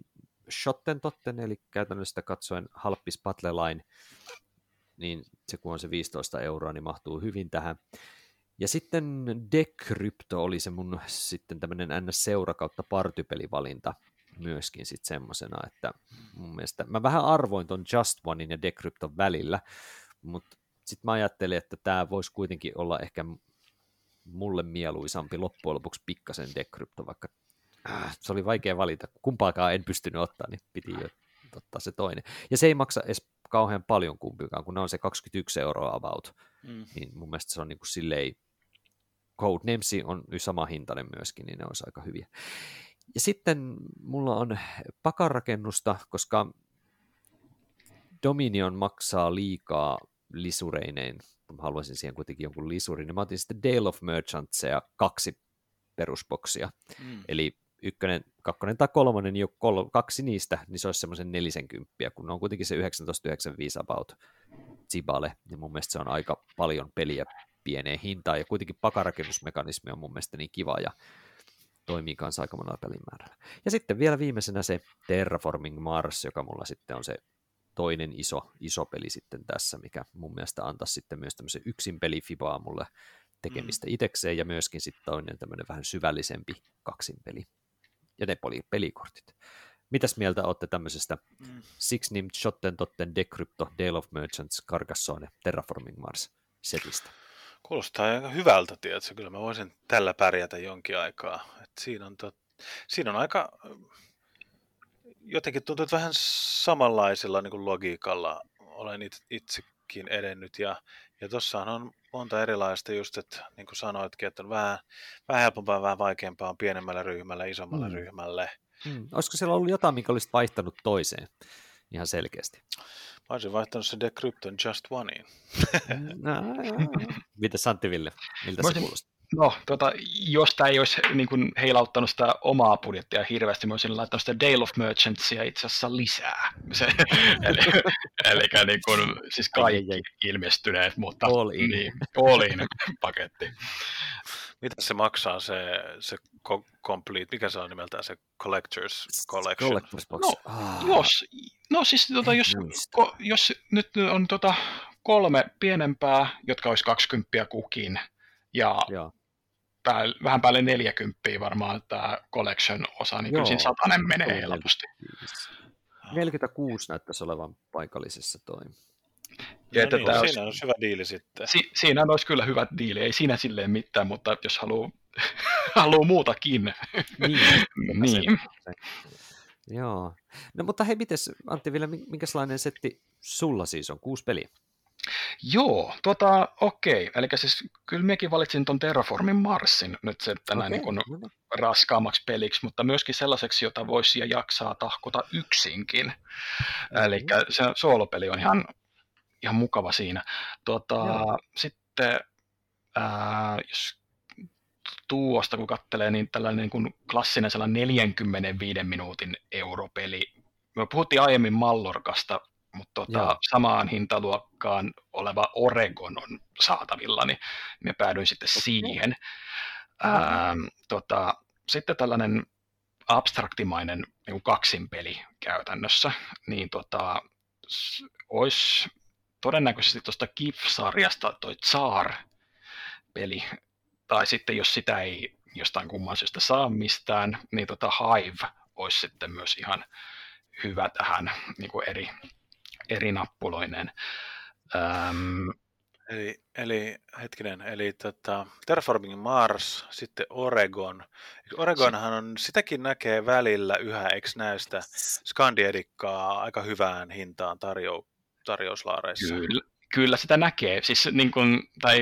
Schottentotten, eli käytännössä katsoen halppis Battle Line, niin se kun on se 15 €, niin mahtuu hyvin tähän. Ja sitten Decrypto oli se mun sitten tämmöinen NS-seura kautta partypelivalinta myöskin sitten semmosena, että mun mielestä mä vähän arvoin ton Just Onein ja Decrypton välillä, mutta sitten mä ajattelin, että tämä voisi kuitenkin olla ehkä mulle mieluisampi loppujen lopuksi pikkasen Decrypto, vaikka se oli vaikea valita, kumpaakaan en pystynyt ottaa, niin piti jo ottaa se toinen. Ja se ei maksa edes kauhean paljon kumpikaan, kun ne on se 21 € about, niin mun mielestä se on niin kuin silleen, Codenames on sama hintainen myöskin, niin ne olisi aika hyviä. Ja sitten mulla on pakarakennusta, koska Dominion maksaa liikaa lisureineen, haluaisin siihen kuitenkin jonkun lisurin, niin mä otin sitten Dale of Merchantsia 2 perusboksia, eli 1, 2 tai 3, niin 2 niistä, niin se olisi semmoisen 40, kun ne on kuitenkin se 19,95 about Zibale, niin mun mielestä se on aika paljon peliä pieneen hintaan, ja kuitenkin pakarakennusmekanismi on mun mielestä niin kiva, ja toimii kanssa aika monella pelimäärällä. Ja sitten vielä viimeisenä se Terraforming Mars, joka mulla sitten on se toinen iso peli sitten tässä, mikä mun mielestä antaisi sitten myös tämmöisen yksin pelifibaa mulle tekemistä itsekseen, ja myöskin sitten toinen tämmöinen vähän syvällisempi kaksinpeli. Ja ne pelikortit. Mitäs mieltä olette tämmöisestä Six Named Schottentotten, Decrypto, Dale of Merchants, Carcassonne, Terraforming Mars setistä? Kuulostaa aika hyvältä, tiedätkö? Kyllä mä voisin tällä pärjätä jonkin aikaa. Et siinä on aika, jotenkin tuntuu, että vähän samanlaisella niin kuin logiikalla olen itsekin edennyt. Ja tossahan on monta erilaista just, että niin kuin sanoitkin, että on vähän helpompaa, vähän vaikeampaa on pienemmällä ryhmällä, isommalle ryhmälle. Olisiko siellä ollut jotain, mikä olisit vaihtanut toiseen ihan selkeästi? Mä olisin vaihtanut se Decrypton Just Oneiin. Mitäs Antti Ville, miltä se kuulostaa? No, jos tämä ei olisi niin kuin heilauttanut sitä omaa budjettia hirveästi, mä olisin laittanut sitä Dale of Merchantsia itse asiassa lisää. Eli niin kuin, siis kaikki ilmestyneet, mutta all in paketti. Mitä se maksaa se complete, mikä se on nimeltään se Collector's Collection? Collector's Box. Jos nyt on 3 pienempää, jotka olisi 20 kukin, ja vähän päälle 40 varmaan tämä collection-osa, niin kyllä siinä 100 menee helposti. 46 näyttäisi olevan paikallisessa toi. Siinä on hyvä diili sitten. Siinä olisi kyllä hyvä diili, ei siinä silleen mitään, mutta jos haluaa muutakin. Niin. Joo. No mutta hei, mites Antti Ville, minkälainen setti sulla siis on? 6 peliä? Joo, okei. Eli siis kyllä minäkin valitsin tuon Terraformin Marsin nyt tänään niin raskaammaksi peliksi, mutta myöskin sellaiseksi, jota voisi ja jaksaa tahkota yksinkin. Eli se soolopeli on ihan mukava siinä. Sitten jos tuosta kun katselee, niin tällainen niin kuin klassinen 45 minuutin europeli. Me puhuttiin aiemmin Mallorcasta, mutta samaan hintaluokkaan oleva Oregon on saatavilla, niin me päädyin sitten siihen. Sitten tällainen abstraktimainen niin kaksinpeli käytännössä, niin olisi todennäköisesti tuosta KIF-sarjasta toi Tsar-peli, tai sitten jos sitä ei jostain kumman syystä saa mistään, niin Hive olisi sitten myös ihan hyvä tähän niin kuin eri nappuloinen. Eli Terraforming Mars, sitten Oregon. Oregonhan on, sitäkin näkee välillä yhä, eikö näy sitä Scandiedicaa aika hyvään hintaan tarjouslaareissa? Kyllä sitä näkee, siis niin kuin,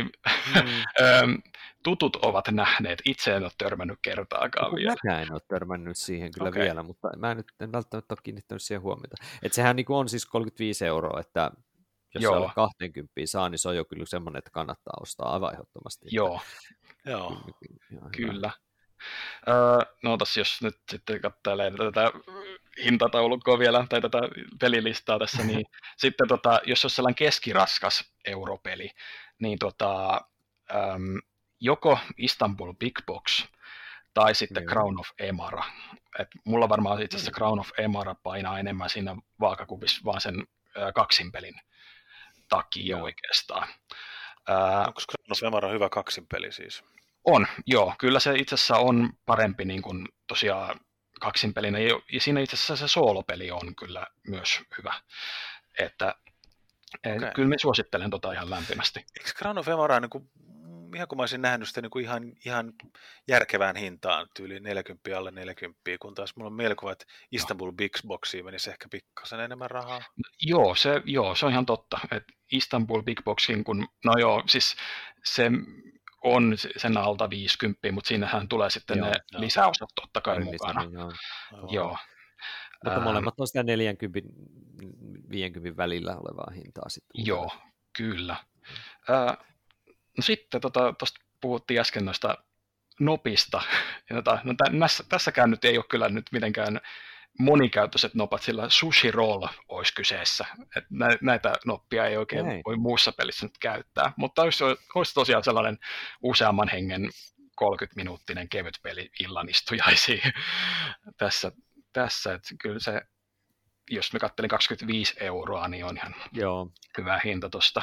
tutut ovat nähneet, itse en ole törmännyt kertaakaan vielä. Mäkään en ole törmännyt siihen kyllä vielä, mutta mä nyt en välttämättä ole kiinnittänyt siihen huomiota. Että sehän niin kuin on siis 35 €, että jos se alle 20 saa, niin se on jo kyllä semmoinen, että kannattaa ostaa aivan ehdottomasti. Joo. Kyllä. No jos nyt sitten katselee tätä hintataulukkoa vielä, tai tätä pelilistaa tässä, niin sitten jos on sellainen keskiraskas europeli, niin joko Istanbul Big Box Tai sitten Joo. Crown of Emara. Et mulla varmaan itse asiassa Crown of Emara painaa enemmän siinä vaakakupissa vaan sen kaksinpelin takia Joo. oikeastaan. Onko Crown of Emara hyvä kaksinpeli siis? On, joo. Kyllä se itse asiassa on parempi niin kuin tosiaan kaksinpelinä. Ja siinä itse asiassa se soolopeli on kyllä myös hyvä. Että Okei. kyllä mä suosittelen tota ihan lämpimästi. Eikö Crown of Emara, niin kuin, ihan kun mä olisin nähnyt sitä niin kuin ihan järkevään hintaan, tyyli 40 alle 40, kun taas mulla on mielikuva, että Istanbul Big Boxiin menisi ehkä pikkasen enemmän rahaa. Joo, se on ihan totta. Että Istanbul Big Boxin, siis se on sen alta 50, mutta siinähän tulee sitten ne lisäosat totta kai mukana. Joo. Mutta molemmat on sitä 40-50 välillä olevaa hintaa sitten. Joo, kyllä. No sitten tuosta puhuttiin äsken noista nopista. Tässäkään nyt ei ole kyllä nyt mitenkään monikäyttöiset nopat, sillä Sushi Roll olisi kyseessä. Että näitä noppia ei oikein voi muussa pelissä nyt käyttää, mutta olisi tosiaan sellainen useamman hengen 30-minuuttinen kevyt peli illanistujaisiin tässä. Että kyllä se, jos me katselin 25 €, niin on ihan hyvä hinta tuosta.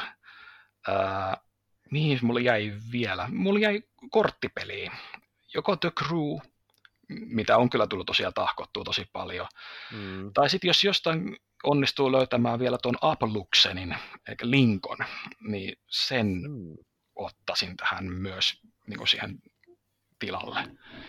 Mihin mulla jäi vielä? Mulla jäi korttipeliin. Joko The Crew, mitä on kyllä tullut tosiaan tahkottua tosi paljon. Tai sitten jos jostain onnistuu löytämään vielä tuon Abluxenin, eikä Linkon, niin sen ottaisin tähän myös niin kuin siihen tilalle.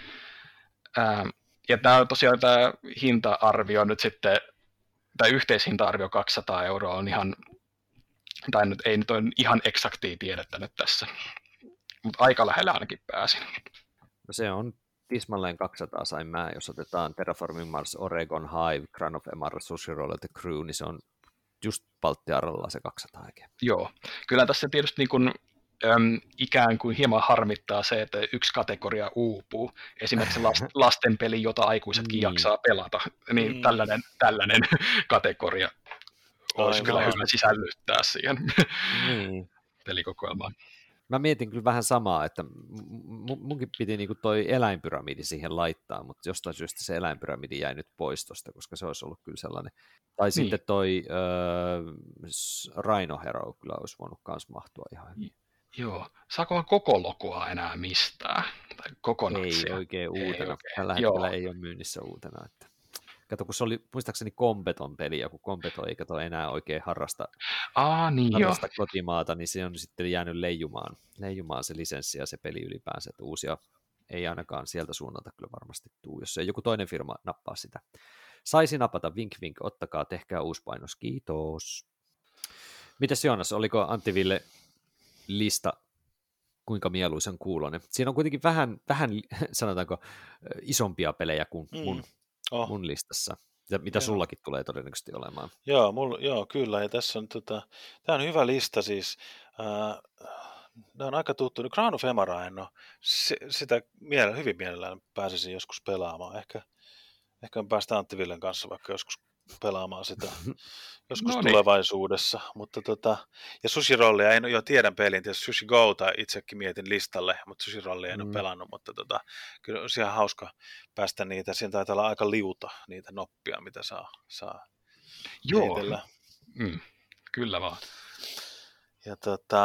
Ja tosiaan tämä hinta-arvio nyt sitten, tai yhteishinta-arvio 200 € on ihan, tai nyt ei nyt ole ihan eksaktia tiedettä nyt tässä, mutta aika lähellä ainakin pääsin. No se on tismalleen 200 sain mä, jos otetaan Terraforming Mars, Oregon Hive, Crown of Emara, Sushi Roll, The Crew, niin se on just palttiaralla se 200 oikein. Joo, kyllä tässä tietysti niin kuin, ikään kuin hieman harmittaa se, että yksi kategoria uupuu. Esimerkiksi lastenpeli, jota aikuisetkin jaksaa pelata, niin tällainen kategoria olisi kyllä hyvä sisällyttää siihen pelikokoelmaan. Mä mietin kyllä vähän samaa, että munkin piti niinku toi eläinpyramidi siihen laittaa, mutta jostain syystä se eläinpyramidi jäi nyt pois tosta, koska se olisi ollut kyllä sellainen. Tai sitten toi Rhino Hero kyllä olisi voinut kans mahtua ihan hyvin. Joo. Saakohan koko logoa enää mistään? Tai kokonaisia? Ei oikein uutena. Tällä hetkellä ei ole myynnissä uutena. Että. Kato, kun se oli muistaakseni Combeton peli, ja kun Combeton ei kato enää oikein harrasta kotimaata, niin se on sitten jäänyt leijumaan se lisenssi ja se peli ylipäänsä, että uusia ei ainakaan sieltä suunnalta kyllä varmasti tule, jos ei joku toinen firma nappaa sitä. Saisi napata, vink vink, ottakaa, tehkää uusi painos, kiitos. Mites Joonas, oliko Antti Ville lista kuinka mieluisen kuulonen? Siinä on kuitenkin vähän sanotaanko isompia pelejä kuin mun listassa, ja mitä sullakin tulee todennäköisesti olemaan. Joo, kyllä, ja tässä on tämä on hyvä lista siis. Nämä on aika tuttu. Crown of Emara en ole. Sitä hyvin mielellään pääsisin joskus pelaamaan. Ehkä me päästään Antti Villen kanssa vaikka joskus pelaamaan sitä joskus tulevaisuudessa. Mutta ja Sushi Rollia en jo tiedän pelin. Tietysti Sushi Gota itsekin mietin listalle, mutta Sushi Rollia en ole pelannut. Mutta kyllä on ihan hauska päästä niitä. Siinä taitaa olla aika liuta niitä noppia, mitä saa heitellä. Kyllä vaan. Ja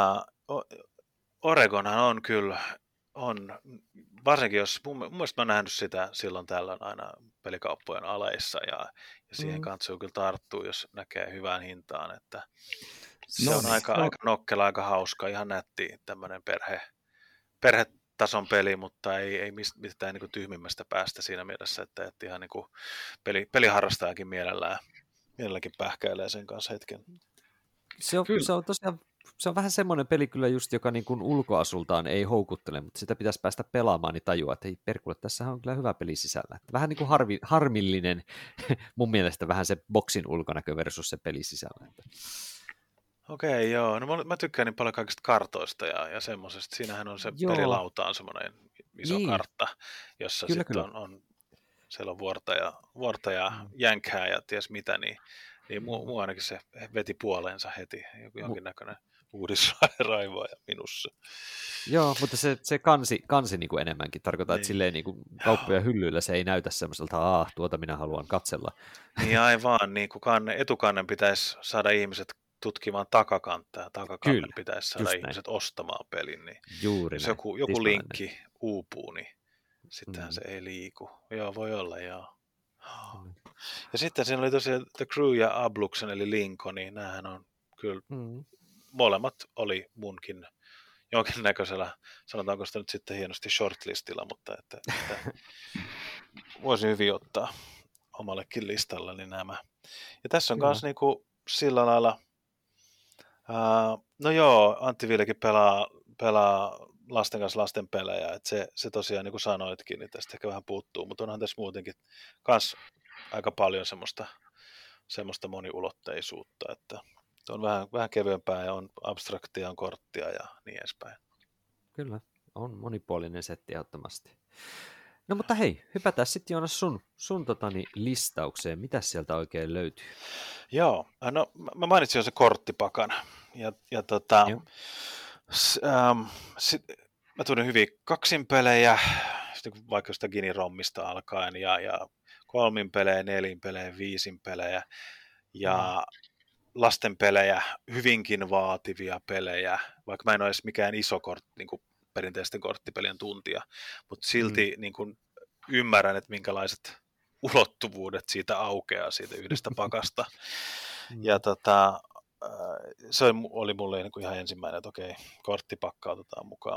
Oregonhan on kyllä, varsinkin jos, mun mielestä mä oon nähnyt sitä silloin tällöin aina pelikauppojen aleissa, ja siihen katsoo kyllä tarttuu, jos näkee hyvään hintaan, että se on aika nokkela, aika hauska, ihan nätti tämmöinen perhetason peli, mutta ei mistään niin kuin tyhmimmästä päästä siinä mielessä, että ihan niin kuin peliharrastajakin mielelläkin pähkäilee sen kanssa hetken. Se on tosiaan, se on vähän semmoinen peli kyllä just, joka niin kuin ulkoasultaan ei houkuttele, mutta sitä pitäisi päästä pelaamaan, niin tajuaa, että ei perkulle, tässähän on kyllä hyvä peli sisällä. Että vähän niin kuin harmillinen mun mielestä vähän se boksin ulkonäkö versus se peli sisällä. Okei, joo. No mä tykkään niin paljon kaikista kartoista ja semmoisesta. Siinähän on se pelilauta on semmoinen iso kartta, jossa kyllä, sitten on siellä on vuorta ja jänkhää ja ties mitä, niin muu ainakin se veti puoleensa heti, jonkinnäköinen uudisraivaaja minussa. Joo, mutta se kansi niin kuin enemmänkin tarkoittaa, että Niin. silleen niin kuin kauppojen hyllyillä se ei näytä semmoiselta, tuota minä haluan katsella. Niin aivan, niin kuin etukannen pitäisi saada ihmiset tutkimaan takakantta ja takakannen Kyllä, pitäisi saada just ihmiset ostamaan pelin. Niin Juuri jos näin. joku linkki uupuu, niin sittenhän se ei liiku. Joo, voi olla, joo. Ja sitten siinä oli tosiaan The Crew ja Abluksen eli Linko, niin näähän on kyllä, molemmat oli munkin jonkinnäköisellä, sanotaanko sitä nyt sitten hienosti shortlistilla, mutta että voisin hyvin ottaa omallekin listalleni nämä. Ja tässä on myös niinku sillä lailla, no joo, Antti Villekin pelaa lasten kanssa lasten pelejä, että se tosiaan niin kuin sanoitkin, niin tästä ehkä vähän puuttuu, mutta onhan tässä muutenkin kans aika paljon semmoista moniulotteisuutta, että on vähän kevyempää ja on abstraktia, on korttia ja niin edespäin. Kyllä, on monipuolinen setti ehdottomasti. No mutta hei, hypätään sitten Joonas sun listaukseen. Mitäs sieltä oikein löytyy? Joo, no mä mainitsin jo se korttipakan. Mä tunnen hyvin kaksinpelejä, vaikka sitä Gini-rommista alkaen, ja kolminpelejä, nelinpelejä, viisinpelejä, ja lastenpelejä, hyvinkin vaativia pelejä, vaikka mä en ole edes mikään iso niin kuin perinteisten korttipelien tuntija, mutta silti niin kuin ymmärrän, että minkälaiset ulottuvuudet siitä aukeaa siitä yhdestä pakasta. Ja se oli mulle niin kuin ihan ensimmäinen, että okei, korttipakka otetaan mukaan.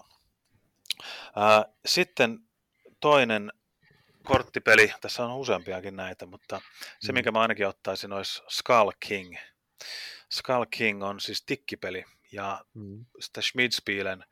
Sitten toinen korttipeli, tässä on useampiakin näitä, mutta se minkä mä ainakin ottaisin olisi Skull King. Skull King on siis tikkipeli ja sitä Schmidspielen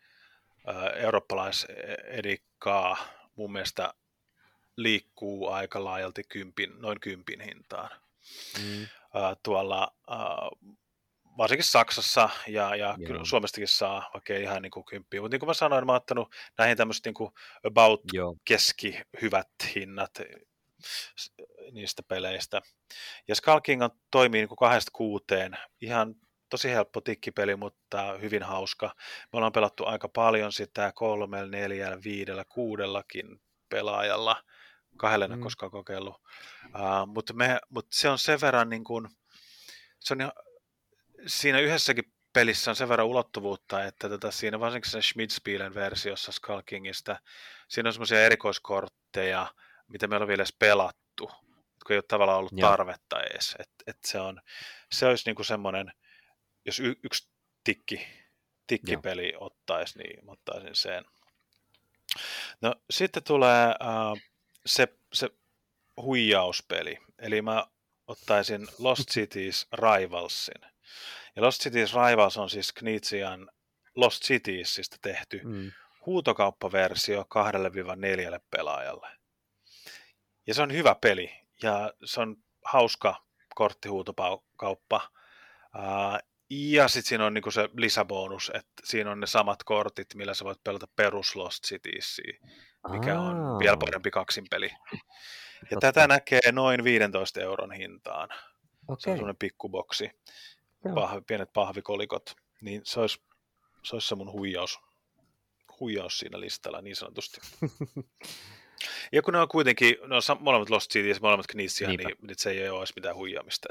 eurooppalaisedikkaa mun mielestä liikkuu aika laajalti noin 10 hintaan. Tuolla varsinkin Saksassa ja kyllä Suomestakin saa, vaikka ei ihan niin kuin 10. Mutta niin kuin mä sanoin, mä oon ottanut näihin tämmöiset niin kuin about keskihyvät hinnat niistä peleistä. Ja Skull King toimii niin kuin 2-6. Ihan tosi helppo tikkipeli, mutta hyvin hauska. Me ollaan pelattu aika paljon sitä 3, 4, 5, 6 pelaajalla. 2 en koskaan kokeillut. Mutta se on sen verran niin kuin, se on siinä yhdessäkin pelissä on sen verran ulottuvuutta, että siinä varsinkin sen Schmidspielen versiossa Skull Kingistä, siinä on semmoisia erikoiskortteja, mitä meillä on vielä edes pelattu, kun ei ole tavallaan ollut tarvetta edes. Se olisi niinku semmoinen, jos yksi tikkipeli ottaisi, niin ottaisin sen. No sitten tulee se huijauspeli, eli mä ottaisin Lost Cities Rivalsin. Ja Lost Cities Rivals on siis Knizian Lost Citiesistä tehty huutokauppaversio 2-4 pelaajalle. Ja se on hyvä peli, ja se on hauska korttihuutokauppa. Ja sitten siinä on niinku se lisäbonus, että siinä on ne samat kortit, millä sä voit pelata perus Lost Citiesia, mikä on vielä parempi kaksinpeli. Ja tätä näkee noin 15 € hintaan. Se on semmoinen pikkuboksi, pienet pahvikolikot. Niin se olisi se mun huijaus siinä listalla niin sanotusti. Ja kun ne on kuitenkin, molemmat Lost Cities, molemmat Knizia, niin se ei ole edes mitään huijaamista.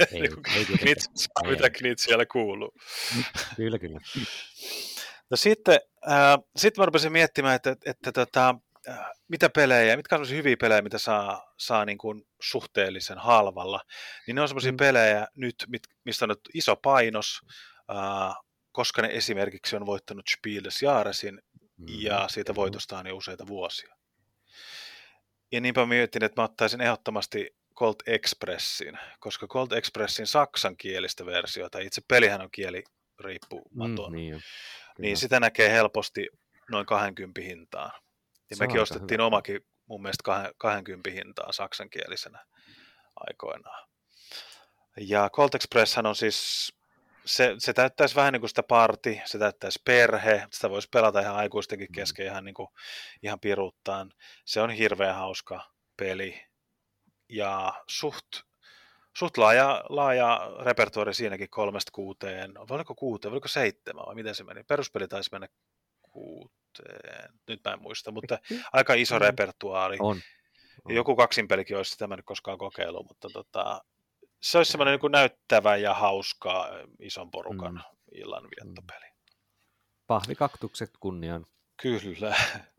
Mitä Kniz siellä kuuluu. Kyllä. No sitten mä rupesin miettimään, että mitä pelejä, mitkä on sellaisia hyviä pelejä, mitä saa niin kuin suhteellisen halvalla, niin ne on sellaisia pelejä nyt, mistä on nyt iso painos, koska ne esimerkiksi on voittanut Spiel des Jahresin, ja siitä voitosta on jo useita vuosia. Ja niinpä mietin, että mä ottaisin ehdottomasti Colt Expressin, koska Colt Expressin saksankielistä versiota, itse pelihän on kieliriippumaton, niin sitä näkee helposti noin 20 hintaan. Ja mekin ostettiin omakin mun mielestä 20 hintaan saksankielisenä aikoinaan. Ja Colt Expresshän on siis, se täyttäisi vähän niin kuin sitä party, se täyttäisi perhe, sitä voisi pelata ihan aikuistenkin kesken ihan piruuttaan. Se on hirveän hauska peli ja suht suht laaja repertuaari siinäkin 3-6, oliko 7 vai miten se meni? Peruspeli taisi mennä 6, nyt mä en muista, mutta aika iso repertuaari. On. Joku kaksinpelikin olisi sitä mennyt koskaan kokeiluun, mutta se olisi semmoinen niin näyttävä ja hauska ison porukan illanviettopeli. Pahvikaktukset kunniaan. Kyllä.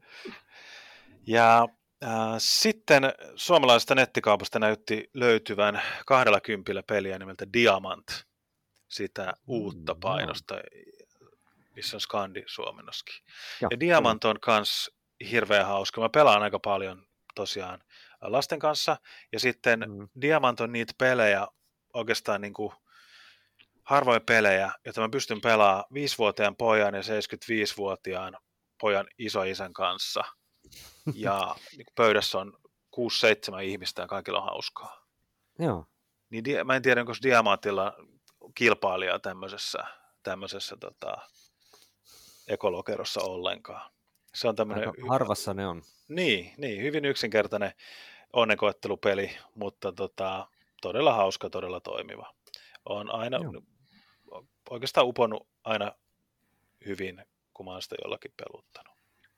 Ja sitten suomalaisesta nettikaupasta näytti löytyvän 20 peliä nimeltä Diamant, sitä uutta painosta, missä on Skandi-suomennoskin. Ja Diamant on kans hirveän hauska. Mä pelaan aika paljon tosiaan lasten kanssa, ja sitten Diamant on niitä pelejä, oikeastaan niin kuin harvoin pelejä, joita mä pystyn pelaamaan 5-vuotiaan pojan ja 75-vuotiaan pojan isoisän kanssa. Ja niin pöydässä on 6-7 ihmistä ja kaikilla on hauskaa. Joo. Niin mä en tiedä, onko Diamantilla kilpailijaa tämmöisessä ekolokerossa ollenkaan. Se on tämmöinen... Harvassa ne on. Niin, hyvin yksinkertainen onnenkoettelupeli, mutta todella hauska, todella toimiva. On aina oikeastaan uponnut aina hyvin, kun mä oon sitä jollakin peluttanut.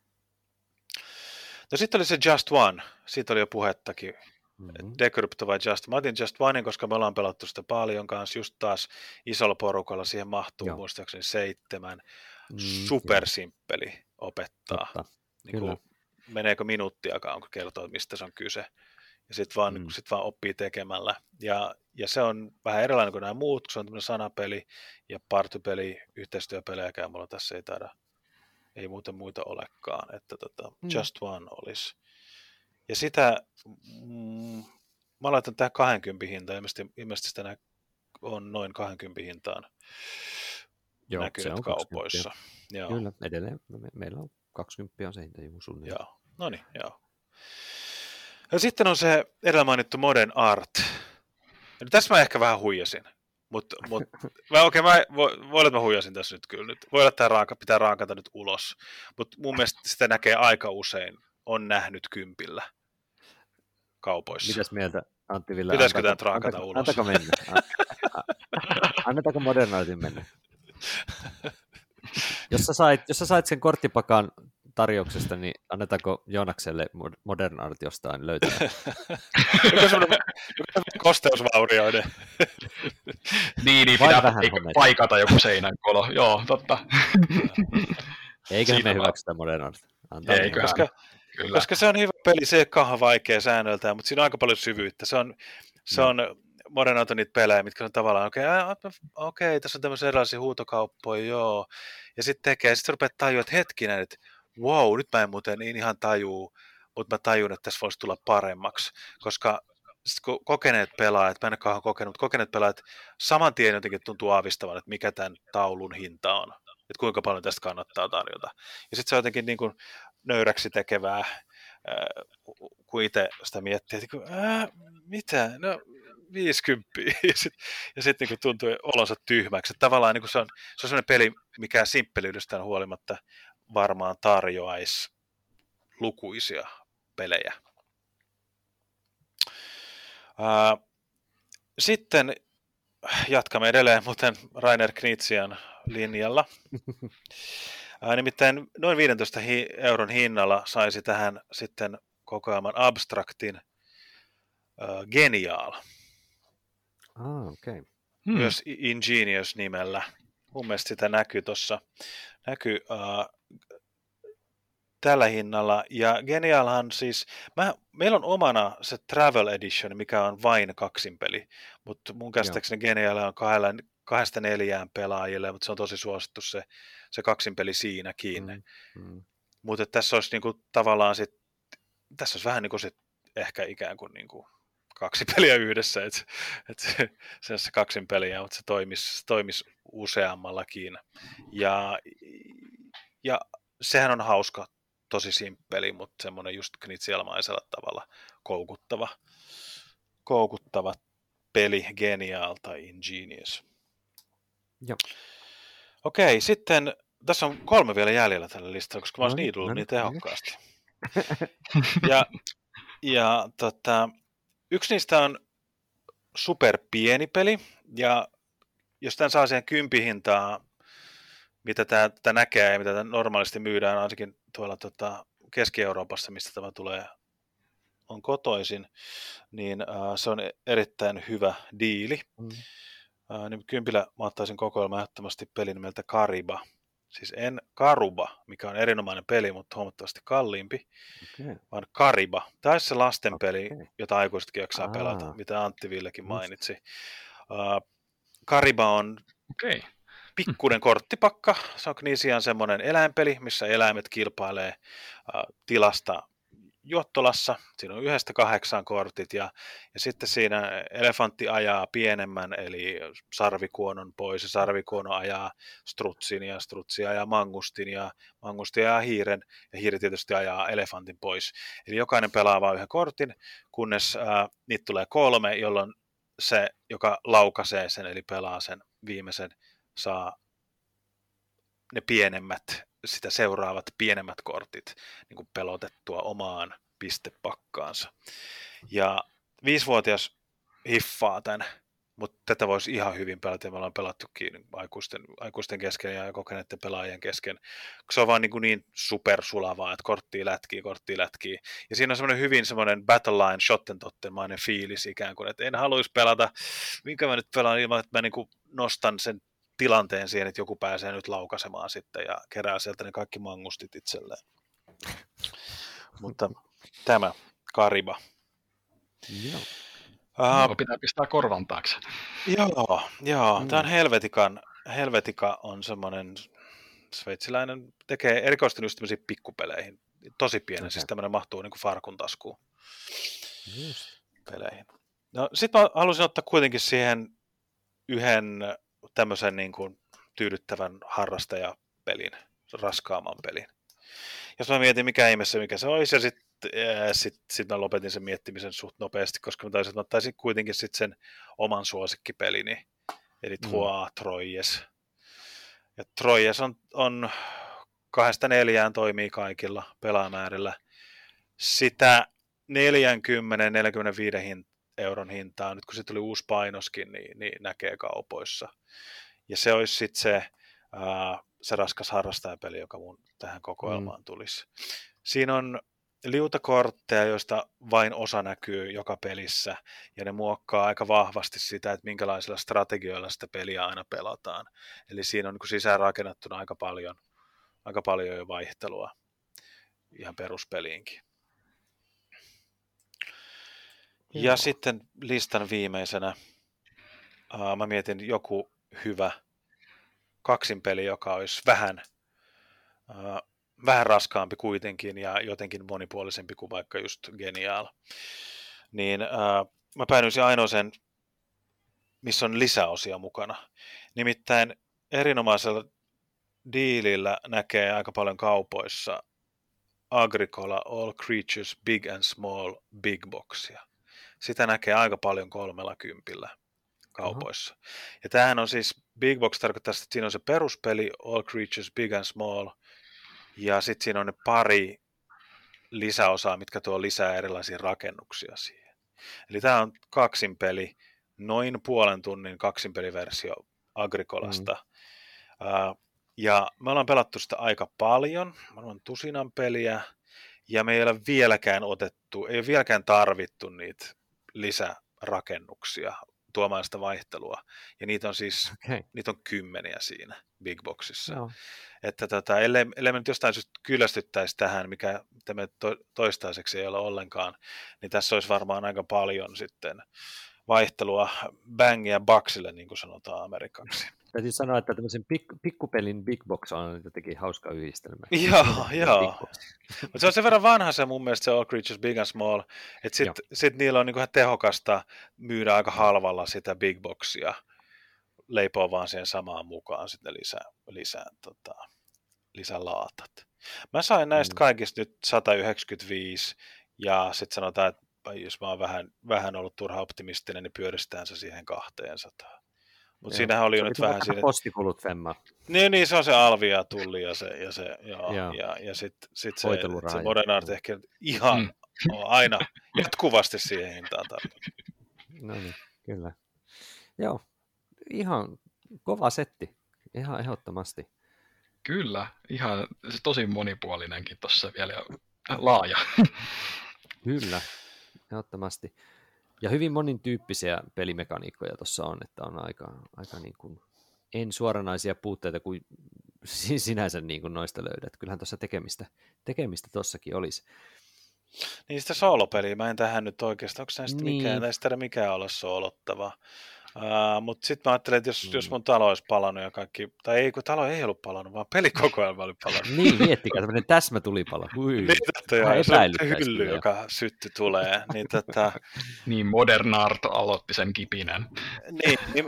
No sitten oli se Just One, siitä oli jo puhettakin. Decrypto vai Just. Mä otin Just Onein, koska me ollaan pelattu sitä paljon kanssa, just taas isolla porukalla, siihen mahtuu muistaakseni 7. Supersimppeli opettaa. Niin kuin, meneekö minuuttiakaan, kun kertoo, mistä se on kyse. Ja sitten vaan oppii tekemällä. Ja se on vähän erilainen kuin nämä muut, kun se on tämmöinen sanapeli ja partypeli, yhteistyöpelejäkään mulla tässä ei muuten muita olekaan, että Just One olisi. Ja sitä, mä laitan tähän 20 hintaan, ilmeisesti sitä on noin 20 hintaan näkynyt kaupoissa. Joo. Kyllä, edelleen meillä on 20 on se hinta suunnilleen. Joo, no niin, joo. Ja sitten on se edellä mainittu Modern Art. Ja tässä mä ehkä vähän huijasin. Mutta voi olla, että mä huijasin tässä nyt kyllä. Voi olla, että pitää raakata nyt ulos. Mutta mun mielestä sitä näkee aika usein. On nähnyt 10 kaupoissa. Mitäs mieltä, Antti Ville? Pitäisikö tämä raakata ulos? Antako mennä. Annetaanko Modern Artin mennä? Jos sä sait sen korttipakan tarjouksesta, niin annetaanko Joonakselle Modern Art jostain löytää? Joku semmoinen kosteusvaurioiden. Niin, pitää paikata joku seinänkolo. Joo, totta. Eiköhän me hyväksytä Modern Art. Koska se on hyvä peli, se ei ole kauhean vaikea säännöltään, mutta siinä on aika paljon syvyyttä. Se on Modern Art on niitä pelejä, mitkä on tavallaan, okei, tässä on tämmöisiä erilaisia huutokauppoja, joo. Ja sitten rupeat tajua, että hetkinen, että wow, nyt mä en muuten ihan tajuu, mutta mä tajun, että tässä voisi tulla paremmaksi, koska kun kokeneet pelaajat, mä en ole kauan kokenut, mutta kokeneet pelaajat saman tien jotenkin tuntuu aavistavan, että mikä tämän taulun hinta on, että kuinka paljon tästä kannattaa tarjota. Ja sitten se on jotenkin niin kuin nöyräksi tekevää, kun itse sitä miettii, että mitä, no 50, ja sitten niin tuntuu olonsa tyhmäksi. Että tavallaan niin se on sellainen peli, mikä simppeliydestään huolimatta varmaan tarjoaisi lukuisia pelejä. Sitten jatkamme edelleen muuten Rainer Knizian linjalla. Nimittäin noin 15 euron hinnalla saisi tähän sitten kokoelman abstraktin Genial. Okay. Myös Ingenious nimellä. Mun mielestä sitä näkyy tuossa. Tällä hinnalla. Ja Genialhan siis, meillä on omana se Travel Edition, mikä on vain kaksinpeli, mutta mun käsittääkseni Genial on 2-4 pelaajille, mutta se on tosi suosittu se kaksinpeli siinäkin. Mutta tässä olisi niinku tavallaan tässä olisi vähän niin kuin ehkä ikään kuin niinku 2 peliä yhdessä, että se kaksinpeliä, mutta se toimisi useammallakin. Ja sehän on hauska, tosi simppeli, mutta semmoinen just knitsialmaisella tavalla koukuttava peli, Genial tai Ingenious. Joo. Okei, sitten tässä on 3 vielä jäljellä tällä listalla, koska mä oon niidellut niin tehokkaasti. Ja yksi niistä on super pieni peli, ja jos tämän saa siihen 10 hintaa, mitä tämä näkee ja mitä tämä normaalisti myydään, ainakin tuolla Keski-Euroopassa, mistä tämä on kotoisin, niin se on erittäin hyvä diili. Niin 10 mä ottaisin kokoelmaan ehdottomasti pelin nimeltä Kariba. Siis en Karuba, mikä on erinomainen peli, mutta huomattavasti kalliimpi, vaan Kariba. Tämä on se lasten peli, jota aikuisetkin jaksaa pelata, mitä Antti Villekin mainitsi. Kariba on pikkuinen korttipakka. Se on Knisian semmoinen eläinpeli, missä eläimet kilpailee tilasta juottolassa. Siinä on 1-8 kortit ja sitten siinä elefantti ajaa pienemmän, eli sarvikuonon pois ja sarvikuono ajaa strutsin ja strutsi ajaa mangustin ja mangusti ajaa hiiren ja hiiri tietysti ajaa elefantin pois. Eli jokainen pelaa vain yhden kortin, kunnes niitä tulee 3, jolloin se, joka laukaisee sen, eli pelaa sen viimeisen, saa ne pienemmät, sitä seuraavat pienemmät kortit niin kuin pelotettua omaan pistepakkaansa. Ja 5-vuotias hiffaa tämän, mutta tätä voisi ihan hyvin pelata, ja me ollaan pelattukin aikuisten kesken ja kokeneiden pelaajien kesken. Se on vaan niin supersulavaa, että korttia lätkii. Ja siinä on semmoinen hyvin semmoinen battle line, shottentotten-mainen fiilis ikään kuin, että en haluaisi pelata, minkä mä nyt pelaan ilman, että mä niin kuin nostan sen tilanteen siihen, että joku pääsee nyt laukaisemaan sitten ja kerää sieltä ne kaikki mangustit itselleen. Mutta tämä Kariba. Joo. Pitää pistää korvan taakse. Joo. Tämä on Helvetica on semmoinen sveitsiläinen, tekee erikoistunut just tämmöisiin pikkupeleihin. Tosi pienen, siis tämmöinen mahtuu niin kuin farkun taskuun peleihin. No sitten mä halusin ottaa kuitenkin siihen yhden tämmöisen niin kuin tyydyttävän harrastajapelin, raskaamman pelin. Jos mä mietin, mikä se olisi, ja sitten mä lopetin sen miettimisen suht nopeasti, koska mä taisin, että mä ottaisin kuitenkin sitten sen oman suosikkipelini, eli Trois Troyes. Ja Troyes on 2-4 toimii kaikilla pelaamäärillä. Sitä 40-45 euron hintaa, nyt kun sitten tuli uusi painoskin, niin näkee kaupoissa. Ja se olisi sitten se raskas harrastajapeli, joka mun tähän kokoelmaan tulisi. Siinä on liutakortteja, joista vain osa näkyy joka pelissä, ja ne muokkaa aika vahvasti sitä, että minkälaisilla strategioilla sitä peliä aina pelataan. Eli siinä on niin kuin sisään rakennettuna aika paljon jo vaihtelua ihan peruspeliinkin. Ja sitten listan viimeisenä mä mietin joku hyvä kaksinpeli, joka olisi vähän raskaampi kuitenkin ja jotenkin monipuolisempi kuin vaikka just Genial. Niin mä päädyisin ainoaseen, missä on lisäosia mukana. Nimittäin erinomaisella diilillä näkee aika paljon kaupoissa Agricola All Creatures Big and Small Big Boxia. Sitä näkee aika paljon 30 kaupoissa. Ja tämähän on siis, Big Box tarkoittaa, että siinä on se peruspeli, All Creatures Big and Small, ja sitten siinä on ne pari lisäosaa, mitkä tuo lisää erilaisia rakennuksia siihen. Eli tämä on kaksinpeli, noin puolen tunnin kaksinpeliversio Agricolasta. Ja me ollaan pelattu sitä aika paljon, me ollaan tusinan peliä, ja me ei ole vieläkään tarvittu niitä lisärakennuksia tuomaan sitä vaihtelua. Ja niitä on siis niitä on 10 siinä Big Boxissa. No. Että ellei me nyt jostain syystä kyllästyttäisi tähän, mikä me toistaiseksi ei ole ollenkaan, niin tässä olisi varmaan aika paljon sitten vaihtelua bangia bucksille, niin kuin sanotaan amerikaksi. Täytyy sanoa, että tämmöisen pikkupelin Big Box on jotenkin hauska yhdistelmä. Joo. Mutta se on sen verran vanha se mun mielestä se All Creatures Big and Small, että sit niillä on niinku ihan tehokasta myydä aika halvalla sitä Big Boxia, leipoo vaan siihen samaan mukaan sitten lisälaatat. Mä sain näistä kaikista nyt 195, ja sitten sanotaan, että jos mä oon vähän ollut turha optimistinen, niin pyöristetään se siihen 200. Mutta siinähän oli jo nyt vähän siinä. Postikulut femma. Niin, se on se alvi ja tulli ja sitten se Modern Art ehkä ihan aina jatkuvasti siihen hintaan tarkoittaa. No niin. Kyllä. Joo, ihan kova setti. Ihan ehdottomasti. Kyllä, ihan se tosi monipuolinenkin tuossa vielä ja laaja. Kyllä, ehdottomasti. Ja hyvin monintyyppisiä pelimekaniikkoja tuossa on, että on aika niin kuin, en suoranaisia puutteita kuin sinänsä niin kuin noista löydät. Kyllähän tuossa tekemistä tuossakin olisi. Niin sitä soolopeliä, mä en tähän nyt oikeastaan, onko näistä Niin. mikään olla soolottava. Mutta sitten mä ajattelin, että jos mun talo olisi palannut ja kaikki, tai ei kun talo ei ollut palannut, vaan pelikokoelma oli palannut. Niin, miettikää, tämmöinen täsmätulipalo. Niin, se hylly, joka sytty tulee. Niin, niin Modernart aloitti sen kipinän. Niin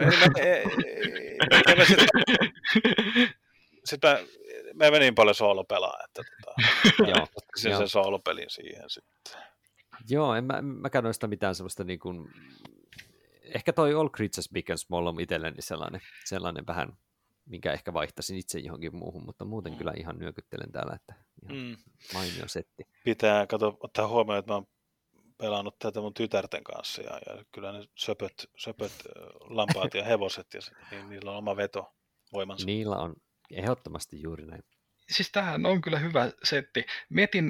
sitten mä menin paljon soolopelaa, että sen soolopelin siihen sitten. Joo, en mäkään noista mitään sellaista niin kuin, ehkä toi All Creatures Big and Small on itselleni sellainen vähän, minkä ehkä vaihtaisin itse johonkin muuhun, mutta muuten kyllä ihan nyökyttelen täällä, että ihan mainio setti. Pitää ottaa huomioon, että mä oon pelannut tätä mun tytärten kanssa ja kyllä ne söpöt lampaat ja hevoset, niin niillä on oma vetovoimansa. Niillä on ehdottomasti juuri näin. Siis tämähän on kyllä hyvä setti. Mietin,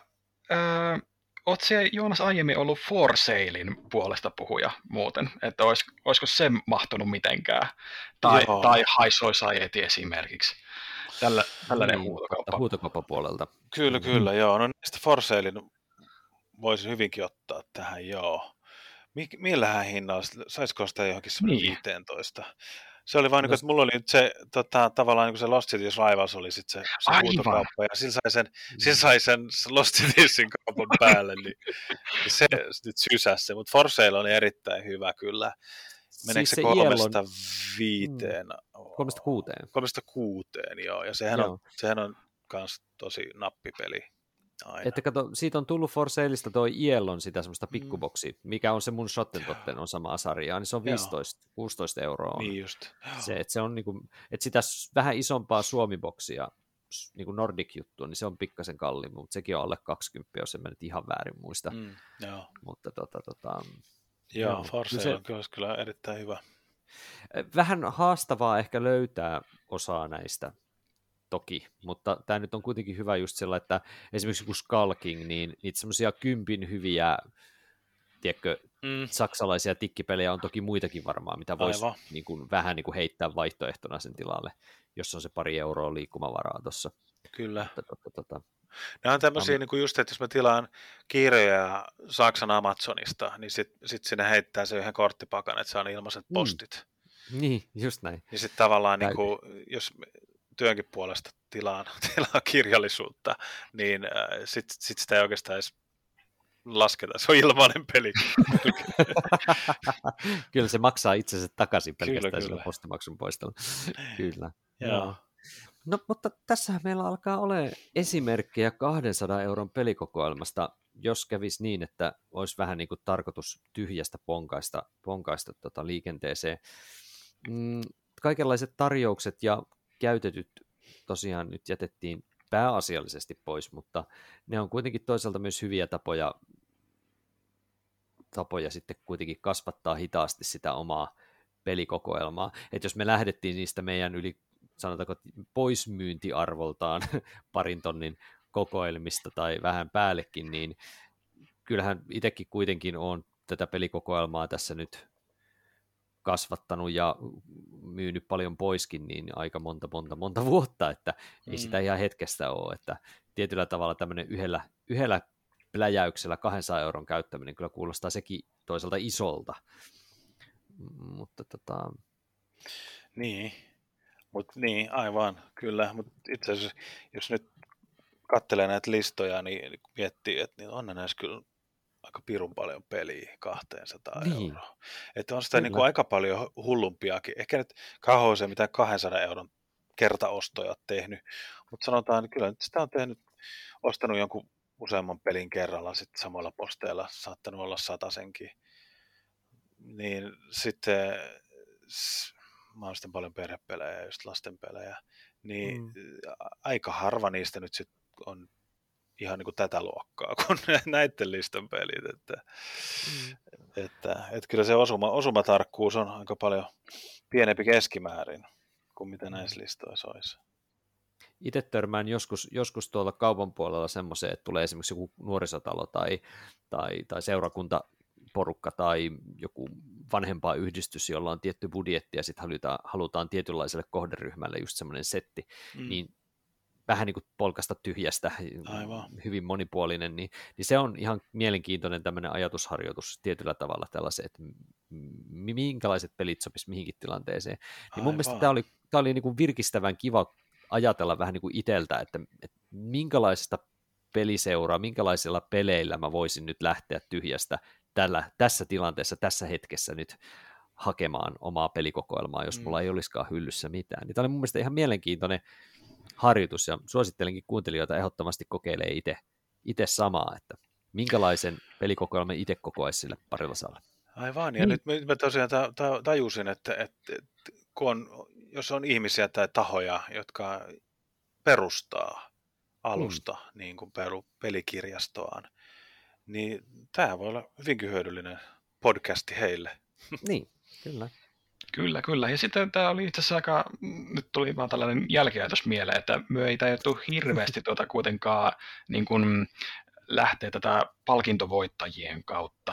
oot se Joonas aiemmin ollut For Salein puolesta puhuja muuten, että olisiko se mahtunut mitenkään? Tai High Society esimerkiksi. Tällainen huutokauppapuolelta. Kyllä, joo. No niistä For Salein voisi hyvinkin ottaa tähän, joo. Millähän hinnalla? Saisiko sitä johonkin 15? Se oli vaan niin kuin, että mulla oli nyt se tavallaan niin kuin se Lost Cities Rivals oli sitten se huutokauppa ja sillä sai sen Lost Citiesin kaupan päälle, niin se nyt sysäsi. Mutta For Sale on erittäin hyvä kyllä. Meneekö se 3-5? 3-6, joo. Ja sehän on kans tosi nappipeli. Aina. Että kato, siitä on tullut For Saleista toi Iellon sitä semmoista pikkuboksi, mikä on se mun Shottentotten on samaa sarjaa, niin se on 16 euroa. Niin just. Se, että se on niinku, että sitä vähän isompaa Suomi-boksia, niinku Nordic-juttua, niin se on pikkasen kalliimpi, mutta sekin on alle 20, jos en mä nyt ihan väärin muista. Joo. Mutta Joo, For Sale on kyllä erittäin hyvä. Vähän haastavaa ehkä löytää osaa näistä. Toki, mutta tämä nyt on kuitenkin hyvä just sellainen, että esimerkiksi kun Skull King, niin niitä semmoisia 10 hyviä, tiedätkö, saksalaisia tikkipelejä on toki muitakin varmaan, mitä voisi niin kuin, vähän niin kuin heittää vaihtoehtona sen tilalle, jos on se pari euroa liikkumavaraa tuossa. Kyllä. Nämä on tämmöisiä, niin kuin just, että jos mä tilaan kirjoja Saksan Amazonista, niin sit sinne heittää se yhden korttipakan, että saa ne ilmaiset postit. Niin, just näin. Niin sitten tavallaan, niin kuin, jos työnkin puolesta tilaa kirjallisuutta, niin sit sitä ei oikeastaan edes lasketa. Se on ilmainen peli. Kyllä se maksaa itsensä takaisin pelkästään sillä postimaksun poistella. Kyllä. Joo. No, mutta tässähän meillä alkaa olemaan esimerkkejä 200 euron pelikokoelmasta, jos kävisi niin, että olisi vähän niin kuin tarkoitus tyhjästä ponkaista liikenteeseen. Kaikenlaiset tarjoukset ja käytetyt tosiaan nyt jätettiin pääasiallisesti pois, mutta ne on kuitenkin toisaalta myös hyviä tapoja sitten kuitenkin kasvattaa hitaasti sitä omaa pelikokoelmaa. Että jos me lähdettiin niistä meidän sanotaanko poismyyntiarvoltaan 2 tonnin kokoelmista tai vähän päällekin, niin kyllähän itsekin kuitenkin on tätä pelikokoelmaa tässä nyt kasvattanut ja myynyt paljon poiskin, niin aika monta vuotta, että ei sitä ihan hetkestä ole, että tietyllä tavalla tämmöinen yhdellä pläjäyksellä 200 euron käyttäminen kyllä kuulostaa sekin toisaalta isolta, mutta Niin, aivan, kyllä, mutta itse asiassa, jos nyt katselee näitä listoja, niin miettii, että niin on näissä kyllä aika pirun paljon peliä, 200 euroa. Että on sitä niin kuin aika paljon hullumpiakin. Ehkä nyt kauhean mitään 200 euron kertaostoja tehnyt, mutta sanotaan, että kyllä nyt sitä on ostanut jonkun useamman pelin kerralla sitten samoilla posteilla, saattanut olla 100-senkin. Niin sitten mä oon sitten paljon perhepelejä ja just lastenpelejä, niin aika harva niistä nyt sit on ihan niin kuin tätä luokkaa kuin näiden listan pelit. Että kyllä se osumatarkkuus on aika paljon pienempi keskimäärin kuin mitä näissä listoissa olisi. Itse törmään joskus tuolla kaupan puolella semmoiseen, että tulee esimerkiksi joku nuorisotalo tai seurakuntaporukka tai joku vanhempaa yhdistys, jolla on tietty budjetti ja sitten halutaan tietynlaiselle kohderyhmälle just semmoinen setti, niin vähän niin kuin polkasta tyhjästä, Aivan. hyvin monipuolinen, niin se on ihan mielenkiintoinen tämmöinen ajatusharjoitus tietyllä tavalla tällaisen, että minkälaiset pelit sopisi mihinkin tilanteeseen. Niin mun mielestä tämä oli niin kuin virkistävän kiva ajatella vähän niin kuin itseltä, että minkälaista peliseuraa, minkälaisilla peleillä mä voisin nyt lähteä tyhjästä tässä tilanteessa, tässä hetkessä nyt hakemaan omaa pelikokoelmaa, jos mulla ei olisikaan hyllyssä mitään. Niin tämä oli mun mielestä ihan mielenkiintoinen harjoitus, ja suosittelenkin kuuntelijoita ehdottomasti kokeilee itse samaa, että minkälaisen pelikokoelman itse kokoaisi sille Parilasalla. Aivan, ja nyt mä tosiaan tajusin, että jos on ihmisiä tai tahoja, jotka perustaa alusta niin kuin pelikirjastoaan, niin tämä voi olla hyvinkin hyödyllinen podcasti heille. Niin, kyllä. Kyllä. Ja sitten tämä oli itse asiassa nyt tuli vaan tällainen jälkiajatus mieleen, että me ei tajuttu hirveästi kuitenkaan niin kuin lähteä tätä palkintovoittajien kautta.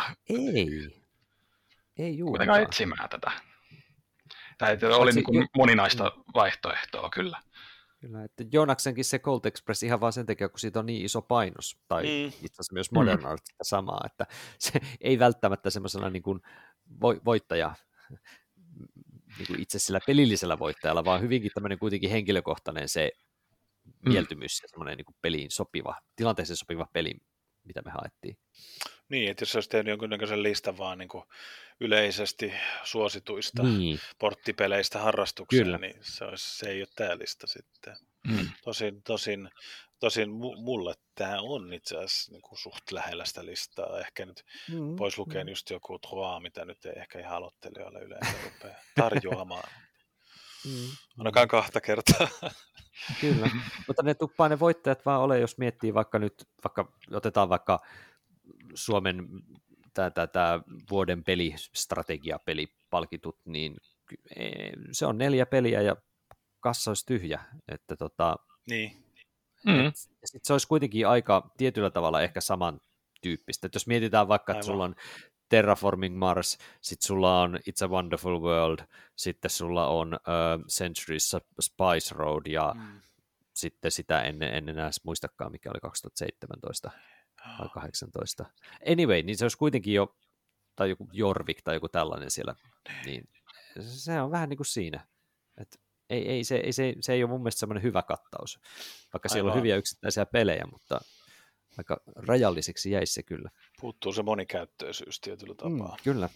Ei juuri. Kuitenkaan etsimään tätä. Tämä oli niin kuin moninaista vaihtoehtoa, kyllä. Kyllä, että Joonaksenkin se Colt Express ihan vaan sen takia, kun siitä on niin iso painos, tai itse asiassa myös Modern Art samaa, että se ei välttämättä semmoisena niin kuin voittaja, niin kuin itse sillä pelillisellä voittajalla, vaan hyvinkin tämmöinen kuitenkin henkilökohtainen se mieltymys ja semmoinen niin kuin peliin sopiva, tilanteeseen sopiva peli, mitä me haettiin. Niin, että jos olisi tehnyt jonkinnäköisen listan vaan niin kuin yleisesti suosituista porttipeleistä harrastukseen, niin se ei ole tämä lista sitten. Tosin mulle tämä on itse asiassa niin kuin suht lähellä sitä listaa. Ehkä nyt pois lukeen just joku Trois, mitä nyt ei ehkä ihan aloittelijoille yleensä rupea tarjoamaan. Ainakaan 2 kertaa. Kyllä, mutta ne tuppaa ne voittajat vaan ole, jos miettii vaikka otetaan vaikka Suomen tämä vuoden pelistrategiapelipalkitut, niin se on 4 peliä ja kassa olisi tyhjä. Että niin. Sitten se olisi kuitenkin aika tietyllä tavalla ehkä samantyyppistä. Että jos mietitään vaikka, että sulla on Terraforming Mars, sitten sulla on It's a Wonderful World, sitten sulla on Centuries Spice Road ja sitten sitä en enää muistakaan, mikä oli 2017 tai 18. Anyway, niin se olisi kuitenkin jo, tai joku Jorvik tai joku tällainen siellä, niin se on vähän niin kuin siinä. Että se ei ole mun mielestä semmoinen hyvä kattaus, vaikka siellä on hyviä yksittäisiä pelejä, mutta aika rajallisiksi jäisi se kyllä. Puuttuu se monikäyttöisyys tietyllä tapaa. Kyllä.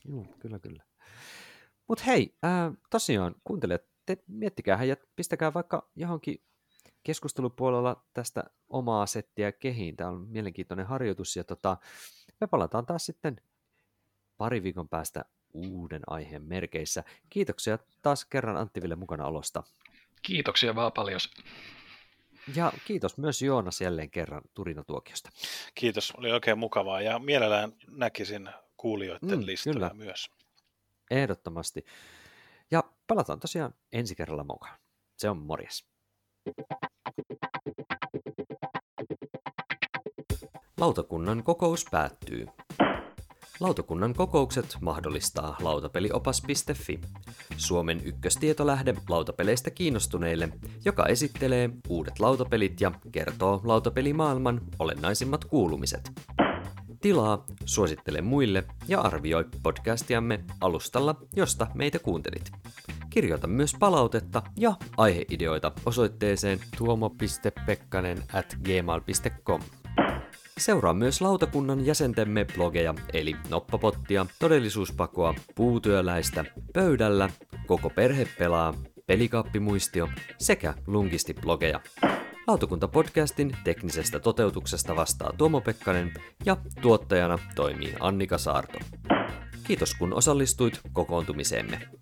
Mutta hei, tosiaan kuuntelijat, te miettikäähän ja pistäkää vaikka johonkin keskustelupuolella tästä omaa settiä kehiin. Tämä on mielenkiintoinen harjoitus ja me palataan taas sitten pari viikon päästä uuden aiheen merkeissä. Kiitoksia taas kerran Antti-Ville mukanaolosta. Kiitoksia vaan paljon. Ja kiitos myös Joonas jälleen kerran Turino-tuokiosta. Kiitos, oli oikein mukavaa ja mielellään näkisin kuulijoiden listoja kyllä. Myös. Ehdottomasti. Ja palataan tosiaan ensi kerralla mukaan. Se on morjes. Lautakunnan kokous päättyy. Lautakunnan kokoukset mahdollistaa lautapeliopas.fi, Suomen ykköstietolähde lautapeleistä kiinnostuneille, joka esittelee uudet lautapelit ja kertoo lautapelimaailman olennaisimmat kuulumiset. Tilaa, suosittele muille ja arvioi podcastiamme alustalla, josta meitä kuuntelit. Kirjoita myös palautetta ja aiheideoita osoitteeseen tuomo.pekkanen@gmail.com. Seuraa myös lautakunnan jäsentemme blogeja, eli Noppapottia, Todellisuuspakoa, Puutyöläistä, Pöydällä, Koko perhe pelaa, Pelikaappimuistio sekä Lungisti-blogeja. Lautakunta-podcastin teknisestä toteutuksesta vastaa Tuomo Pekkanen ja tuottajana toimii Annika Saarto. Kiitos kun osallistuit kokoontumiseemme.